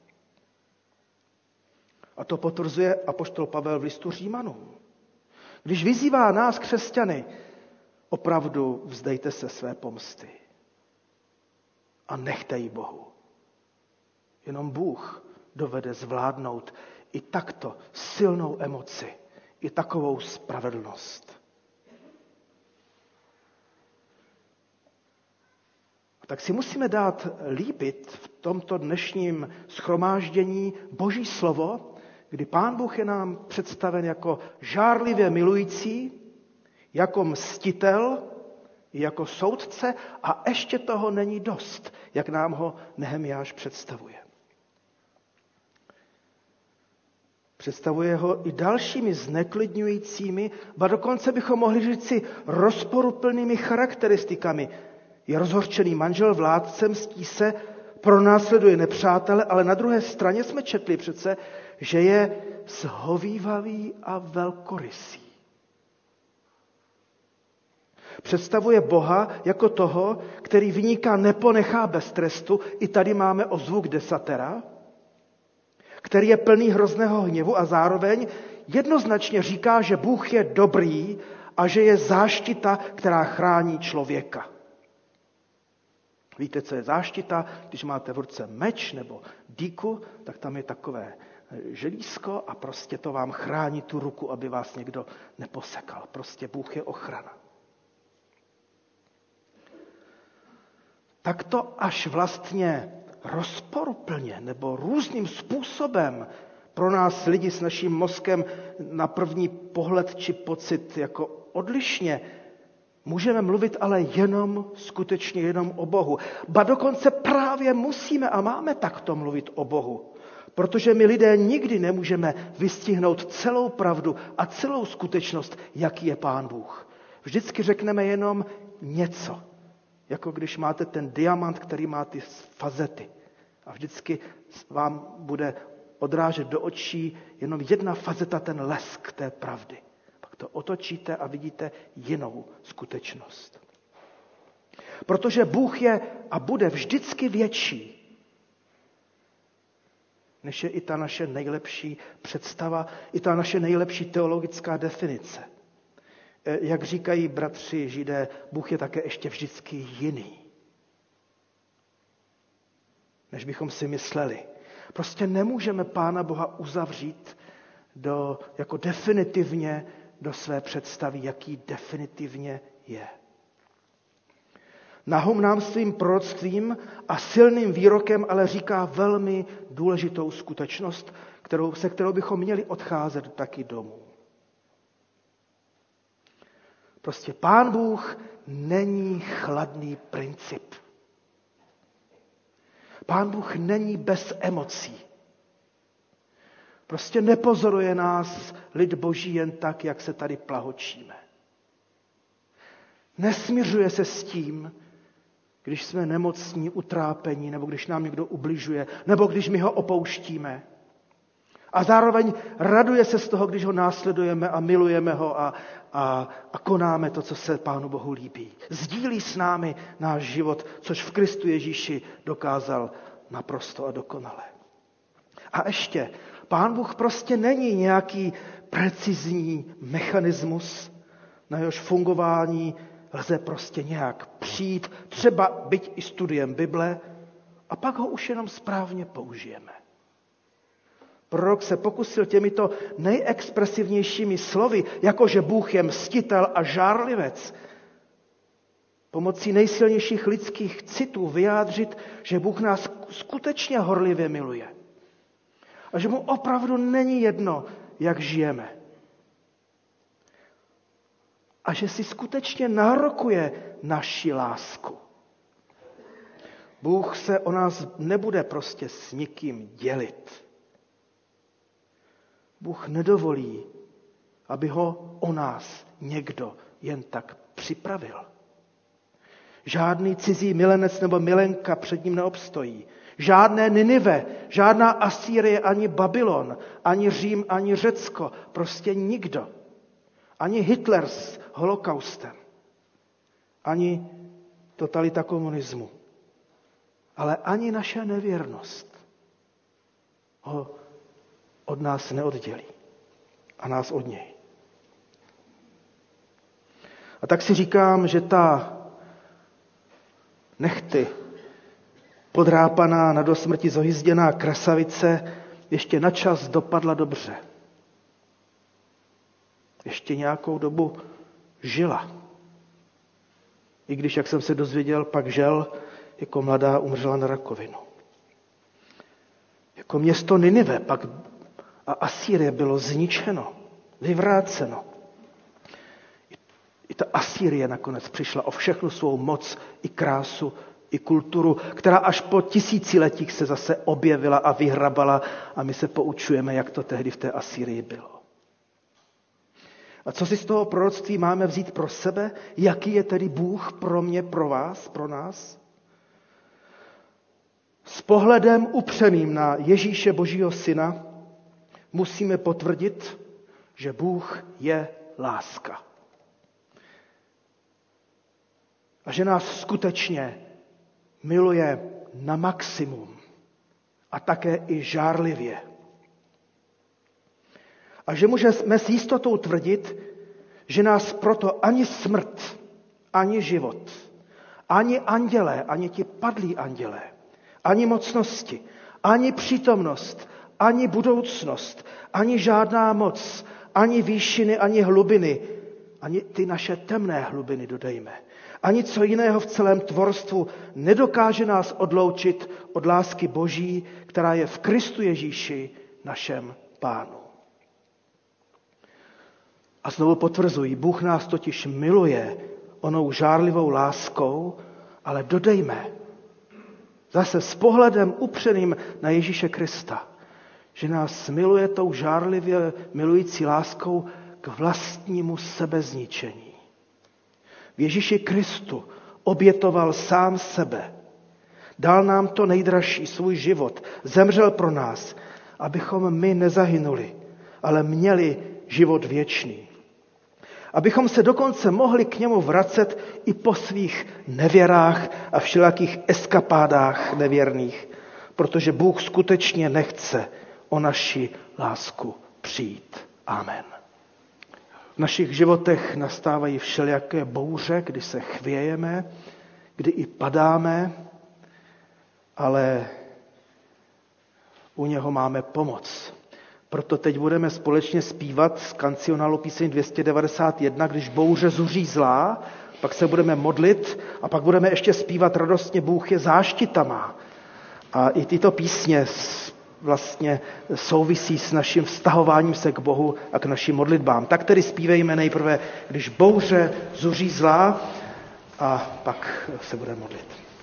A to potvrzuje apoštol Pavel v listu Římanům. Když vyzývá nás, křesťany, opravdu vzdejte se své pomsty a nechte ji Bohu. Jenom Bůh dovede zvládnout i takto silnou emoci, i takovou spravedlnost. Tak si musíme dát líbit v tomto dnešním shromáždění Boží slovo, kdy Pán Bůh je nám představen jako žárlivě milující, Jako mstitel, jako soudce a ještě toho není dost, jak nám ho Nehemiáš představuje. Představuje ho i dalšími zneklidňujícími, ba dokonce bychom mohli říci rozporuplnými charakteristikami. Je rozhořčený manžel, vládce, mstí se, pronásleduje nepřátele, ale na druhé straně jsme četli přece, že je shovívavý a velkorysý. Představuje Boha jako toho, který viníka neponechá bez trestu, i tady máme ozvuk desatera, který je plný hrozného hněvu a zároveň jednoznačně říká, že Bůh je dobrý a že je záštita, která chrání člověka. Víte, co je záštita? Když máte v ruce meč nebo dýku, tak tam je takové želízko a prostě to vám chrání tu ruku, aby vás někdo neposekal. Prostě Bůh je ochrana. Tak to až vlastně rozporuplně nebo různým způsobem pro nás lidi s naším mozkem na první pohled či pocit jako odlišně, můžeme mluvit ale jenom, skutečně jenom o Bohu. Ba dokonce právě musíme a máme takto mluvit o Bohu. Protože my lidé nikdy nemůžeme vystihnout celou pravdu a celou skutečnost, jaký je Pán Bůh. Vždycky řekneme jenom něco. Jako když máte ten diamant, který má ty fazety. A vždycky vám bude odrážet do očí jenom jedna fazeta, ten lesk té pravdy. Pak to otočíte a vidíte jinou skutečnost. Protože Bůh je a bude vždycky větší, než je i ta naše nejlepší představa, i ta naše nejlepší teologická definice. Jak říkají bratři Židé, Bůh je také ještě vždycky jiný, než bychom si mysleli. Prostě nemůžeme Pána Boha uzavřít do, jako definitivně do své představy, jaký definitivně je. Nahum nám svým proroctvím a silným výrokem ale říká velmi důležitou skutečnost, kterou, se kterou bychom měli odcházet taky domů. Prostě Pán Bůh není chladný princip. Pán Bůh není bez emocí. Prostě nepozoruje nás lid Boží jen tak, jak se tady plahočíme. Nesmiřuje se s tím, když jsme nemocní, utrápení, nebo když nám někdo ubližuje, nebo když my ho opouštíme. A zároveň raduje se z toho, když ho následujeme a milujeme ho a, a, a konáme to, co se Pánu Bohu líbí. Sdílí s námi náš život, což v Kristu Ježíši dokázal naprosto a dokonale. A ještě, Pán Bůh prostě není nějaký precizní mechanismus, na jehož fungování lze prostě nějak přijít, třeba byť i studiem Bible, a pak ho už jenom správně použijeme. Prorok se pokusil těmito nejexpresivnějšími slovy, jakože Bůh je mstitel a žárlivec, pomocí nejsilnějších lidských citů vyjádřit, že Bůh nás skutečně horlivě miluje. A že mu opravdu není jedno, jak žijeme. A že si skutečně nárokuje naši lásku. Bůh se o nás nebude prostě s nikým dělit. Bůh nedovolí, aby ho o nás někdo jen tak připravil. Žádný cizí milenec nebo milenka před ním neobstojí. Žádné Ninive, žádná Asýrie, ani Babylon, ani Řím, ani Řecko. Prostě nikdo. Ani Hitler s holokaustem. Ani totalita komunismu. Ale ani naše nevěrnost ho od nás neoddělí. A nás od něj. A tak si říkám, že ta nechty podrápaná, na do smrti zohyzděná krasavice ještě na čas dopadla dobře. Ještě nějakou dobu žila. I když, jak jsem se dozvěděl, pak žel, jako mladá umřela na rakovinu. Jako město Ninive pak a Asýrie bylo zničeno, vyvráceno. ta Asýrie nakonec přišla o všechnu svou moc i krásu, i kulturu, která až po tisíciletích se zase objevila a vyhrabala a my se poučujeme, jak to tehdy v té Asýrii bylo. A co si z toho proroctví máme vzít pro sebe? Jaký je tedy Bůh pro mě, pro vás, pro nás? S pohledem upřeným na Ježíše Božího syna musíme potvrdit, že Bůh je láska. A že nás skutečně miluje na maximum a také i žárlivě. A že můžeme s jistotou tvrdit, že nás proto ani smrt, ani život, ani andělé, ani ti padlí andělé, ani mocnosti, ani přítomnost, ani budoucnost, ani žádná moc, ani výšiny, ani hlubiny, ani ty naše temné hlubiny, dodejme, ani co jiného v celém tvorstvu nedokáže nás odloučit od lásky Boží, která je v Kristu Ježíši, našem Pánu. A znovu potvrzuji, Bůh nás totiž miluje onou žárlivou láskou, ale dodejme, zase s pohledem upřeným na Ježíše Krista, že nás miluje tou žárlivě milující láskou k vlastnímu sebezničení. V Ježíši Kristu obětoval sám sebe, dal nám to nejdražší, svůj život, zemřel pro nás, abychom my nezahynuli, ale měli život věčný. Abychom se dokonce mohli k němu vracet i po svých nevěrách a všelakých eskapádách nevěrných, protože Bůh skutečně nechce o naši lásku přijít. Amen. V našich životech nastávají všelijaké bouře, kdy se chvějeme, kdy i padáme, ale u něho máme pomoc. Proto teď budeme společně zpívat z kancionálu píseň dvě stě devadesát jedna, když bouře zuří zlá, pak se budeme modlit a pak budeme ještě zpívat radostně Bůh je záštita má. A i tyto písně vlastně souvisí s naším vztahováním se k Bohu a k našim modlitbám. Tak tedy zpívejme nejprve, když bouře zuří zlá, a pak se budeme modlit.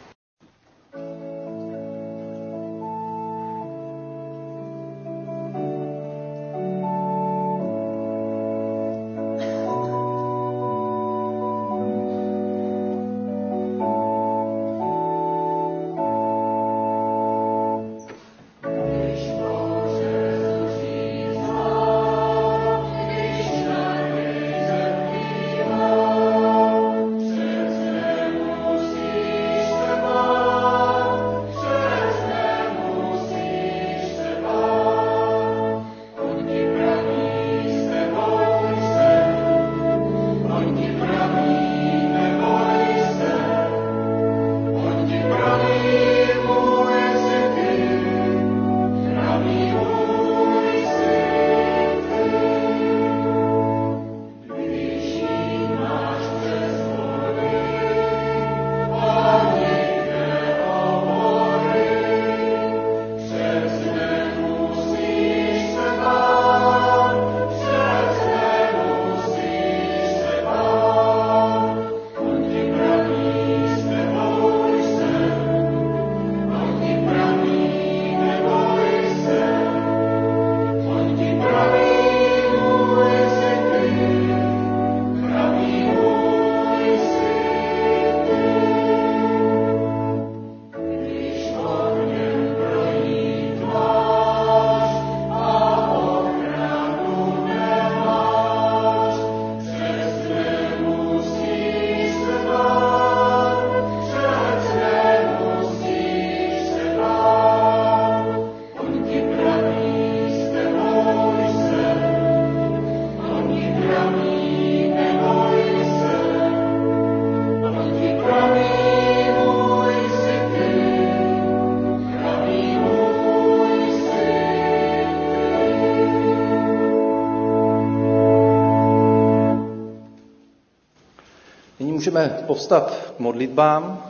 Můžeme povstat k modlitbám.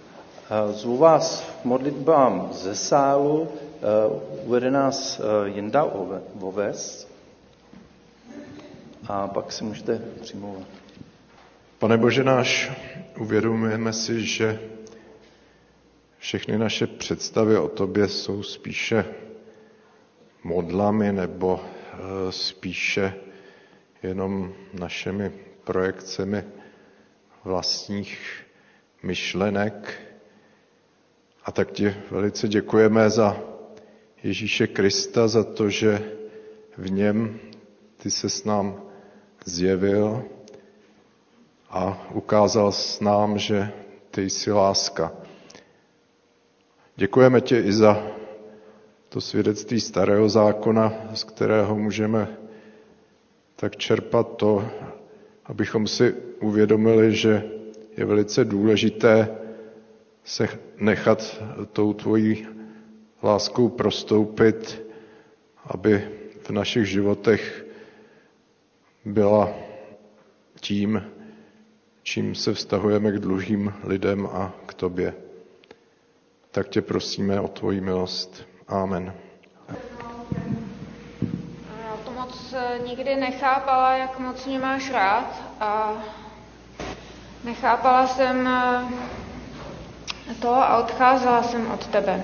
Zvu vás k modlitbám ze sálu. Uvede nás Jenda Voves. A pak si můžete přimlouvat.
Pane Bože náš, uvědomujeme si, že všechny naše představy o tobě jsou spíše modlami nebo spíše jenom našimi projekcemi vlastních myšlenek. A tak ti velice děkujeme za Ježíše Krista, za to, že v něm ty se s nám zjevil a ukázal s nám, že ty jsi láska. Děkujeme ti i za to svědectví Starého zákona, z kterého můžeme tak čerpat to, abychom si uvědomili, že je velice důležité se nechat tou tvojí láskou prostoupit, aby v našich životech byla tím, čím se vztahujeme k druhým lidem a k tobě. Tak tě prosíme o tvoji milost. Amen.
Já to moc nikdy nechápala, jak moc mě máš rád, a nechápala jsem to a odcházela jsem od tebe.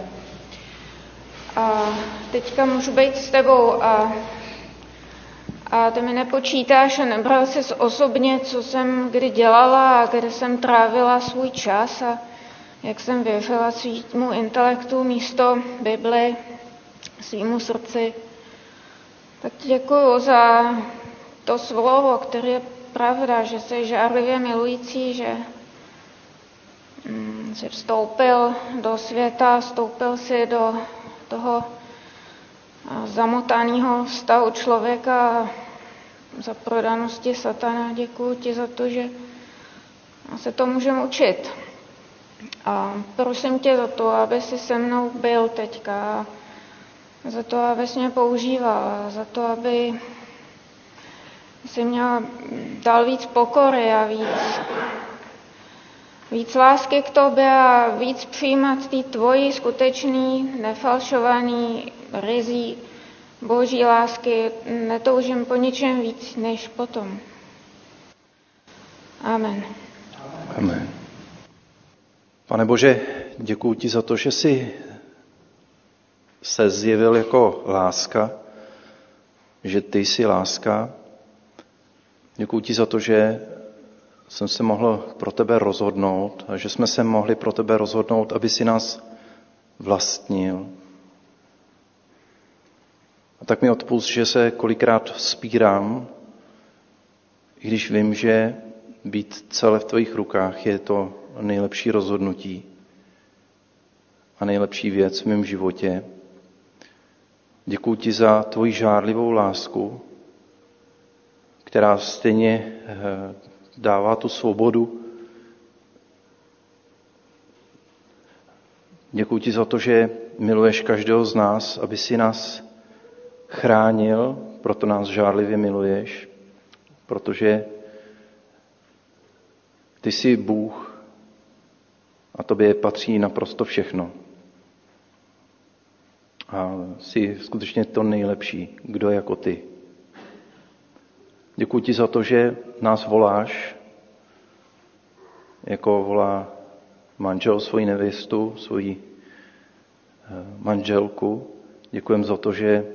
A teďka můžu být s tebou a, a ty mi nepočítáš a nebral jsi osobně, co jsem kdy dělala a kde jsem trávila svůj čas a jak jsem věřila svýmu intelektu místo Bibli, svýmu srdci. Tak ti děkuju za to slovo, které je pravda, že jsi žárlivě milující, že mm, jsi vstoupil do světa, vstoupil si do toho zamotaného stavu člověka za prodanosti satana. Děkuju ti za to, že se to můžeme učit. A prosím tě za to, aby jsi se mnou byl teďka, za to, abys mě používal, za to, aby jsi měl dal víc pokory a víc, víc lásky k tobě a víc přijímat ty tvoji skutečný, nefalšovaný, ryzí boží lásky. Netoužím po ničem víc, než potom. Amen.
Amen. Pane Bože, děkuji ti za to, že jsi se zjevil jako láska, že ty jsi láska. Děkuji ti za to, že jsem se mohl pro tebe rozhodnout a že jsme se mohli pro tebe rozhodnout, aby si nás vlastnil. A tak mi odpusť, že se kolikrát vzpírám, i když vím, že být celé v tvých rukách je to nejlepší rozhodnutí a nejlepší věc v mém životě. Děkuji ti za tvoji žárlivou lásku, která stejně dává tu svobodu. Děkuji ti za to, že miluješ každého z nás, aby si nás chránil, proto nás žárlivě miluješ, protože ty jsi Bůh a tobě patří naprosto všechno. A jsi skutečně to nejlepší, kdo jako ty. Děkuji ti za to, že nás voláš, jako volá manžel svoji nevěstu, svoji manželku. Děkujem za to, že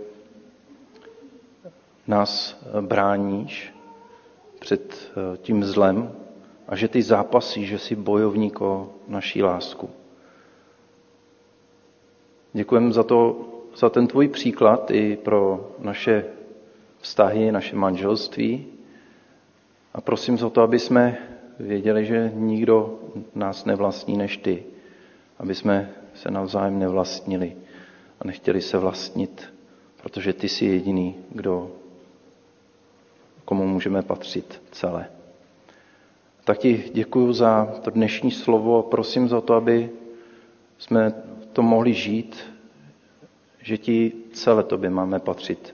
nás bráníš před tím zlem a že ty zápasíš, že jsi bojovník o naší lásku. Děkujem za to, za ten tvůj příklad i pro naše vztahy, naše manželství. A prosím za to, aby jsme věděli, že nikdo nás nevlastní než ty. Aby jsme se navzájem nevlastnili a nechtěli se vlastnit, protože ty jsi jediný, kdo, komu můžeme patřit celé. Tak ti děkuju za to dnešní slovo a prosím za to, aby jsme to mohli žít, že ti celé tobě máme patřit.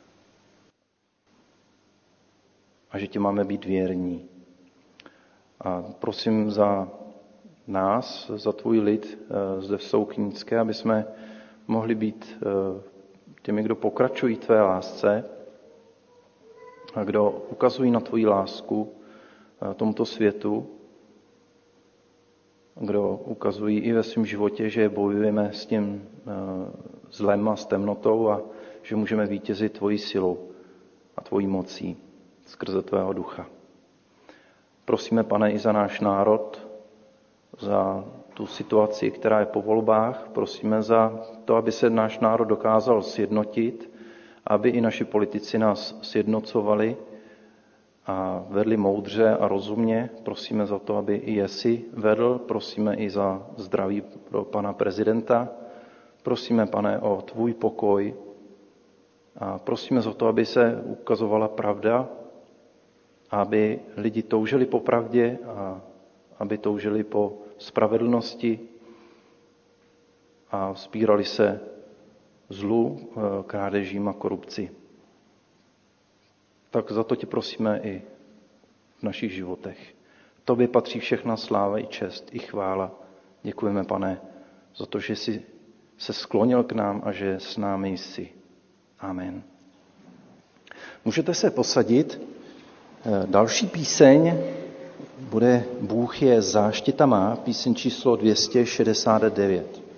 A že ti máme být věrní. A prosím za nás, za tvůj lid zde v Souknické, aby jsme mohli být těmi, kdo pokračují tvé lásce a kdo ukazují na tvoji lásku tomuto světu, kdo ukazují i ve svém životě, že bojujeme s tím zlem a s temnotou a že můžeme vítězit tvojí silou a tvojí mocí skrze tvého ducha. Prosíme, Pane, i za náš národ, za tu situaci, která je po volbách. Prosíme za to, aby se náš národ dokázal sjednotit, aby i naši politici nás sjednocovali a vedli moudře a rozumně. Prosíme za to, aby i jesi vedl. Prosíme i za zdraví pro pana prezidenta. Prosíme, Pane, o tvůj pokoj. A prosíme za to, aby se ukazovala pravda, aby lidi toužili po pravdě a aby toužili po spravedlnosti a vzpírali se zlu, krádežím a korupci. Tak za to tě prosíme i v našich životech. Tobě patří všechna sláva i čest i chvála. Děkujeme, Pane, za to, že jsi se sklonil k nám a že s námi jsi. Amen. Můžete se posadit. Další píseň bude Bůh je záštita má, píseň číslo dvě stě šedesát devět.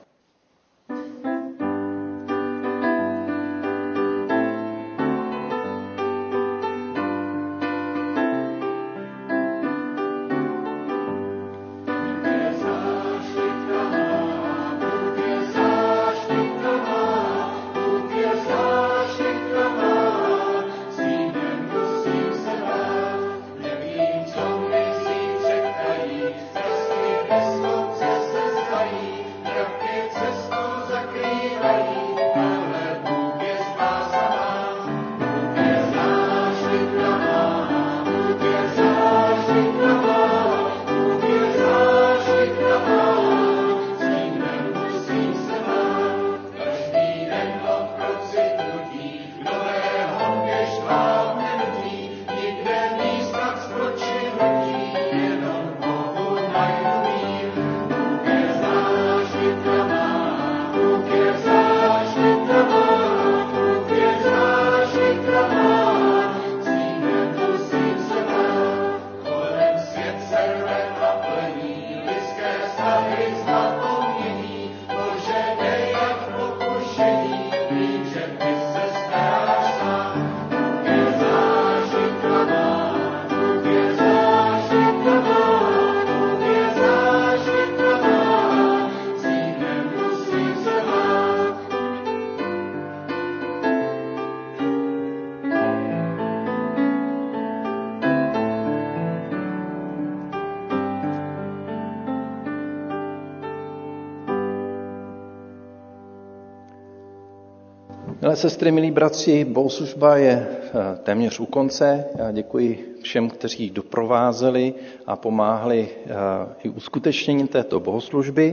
Milé sestry, milí bratři, bohoslužba je téměř u konce. Já děkuji všem, kteří doprovázeli a pomáhali i uskutečnění této bohoslužby.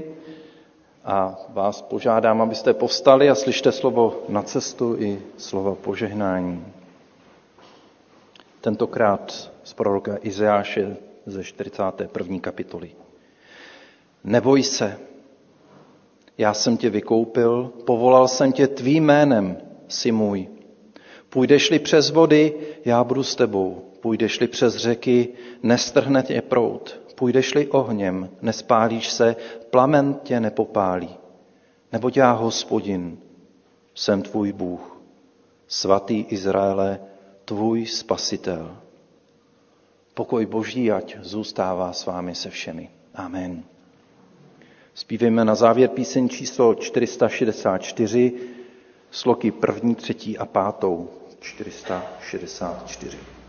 A vás požádám, abyste povstali a slyšte slovo na cestu i slovo požehnání. Tentokrát z proroka Izajáše ze čtyřicáté první kapitoly. Neboj se, já jsem tě vykoupil, povolal jsem tě tvým jménem, jsi můj. Půjdeš-li přes vody, já budu s tebou. Půjdeš-li přes řeky, nestrhne tě proud. Půjdeš-li ohněm, nespálíš se, plamen tě nepopálí. Neboť já, Hospodin, jsem tvůj Bůh, svatý Izraele, tvůj spasitel. Pokoj Boží ať zůstává s vámi se všemi. Amen. Zpívejme na závěr píseň číslo čtyři sta šedesát čtyři, sloky první, třetí a pátou. čtyři sta šedesát čtyři.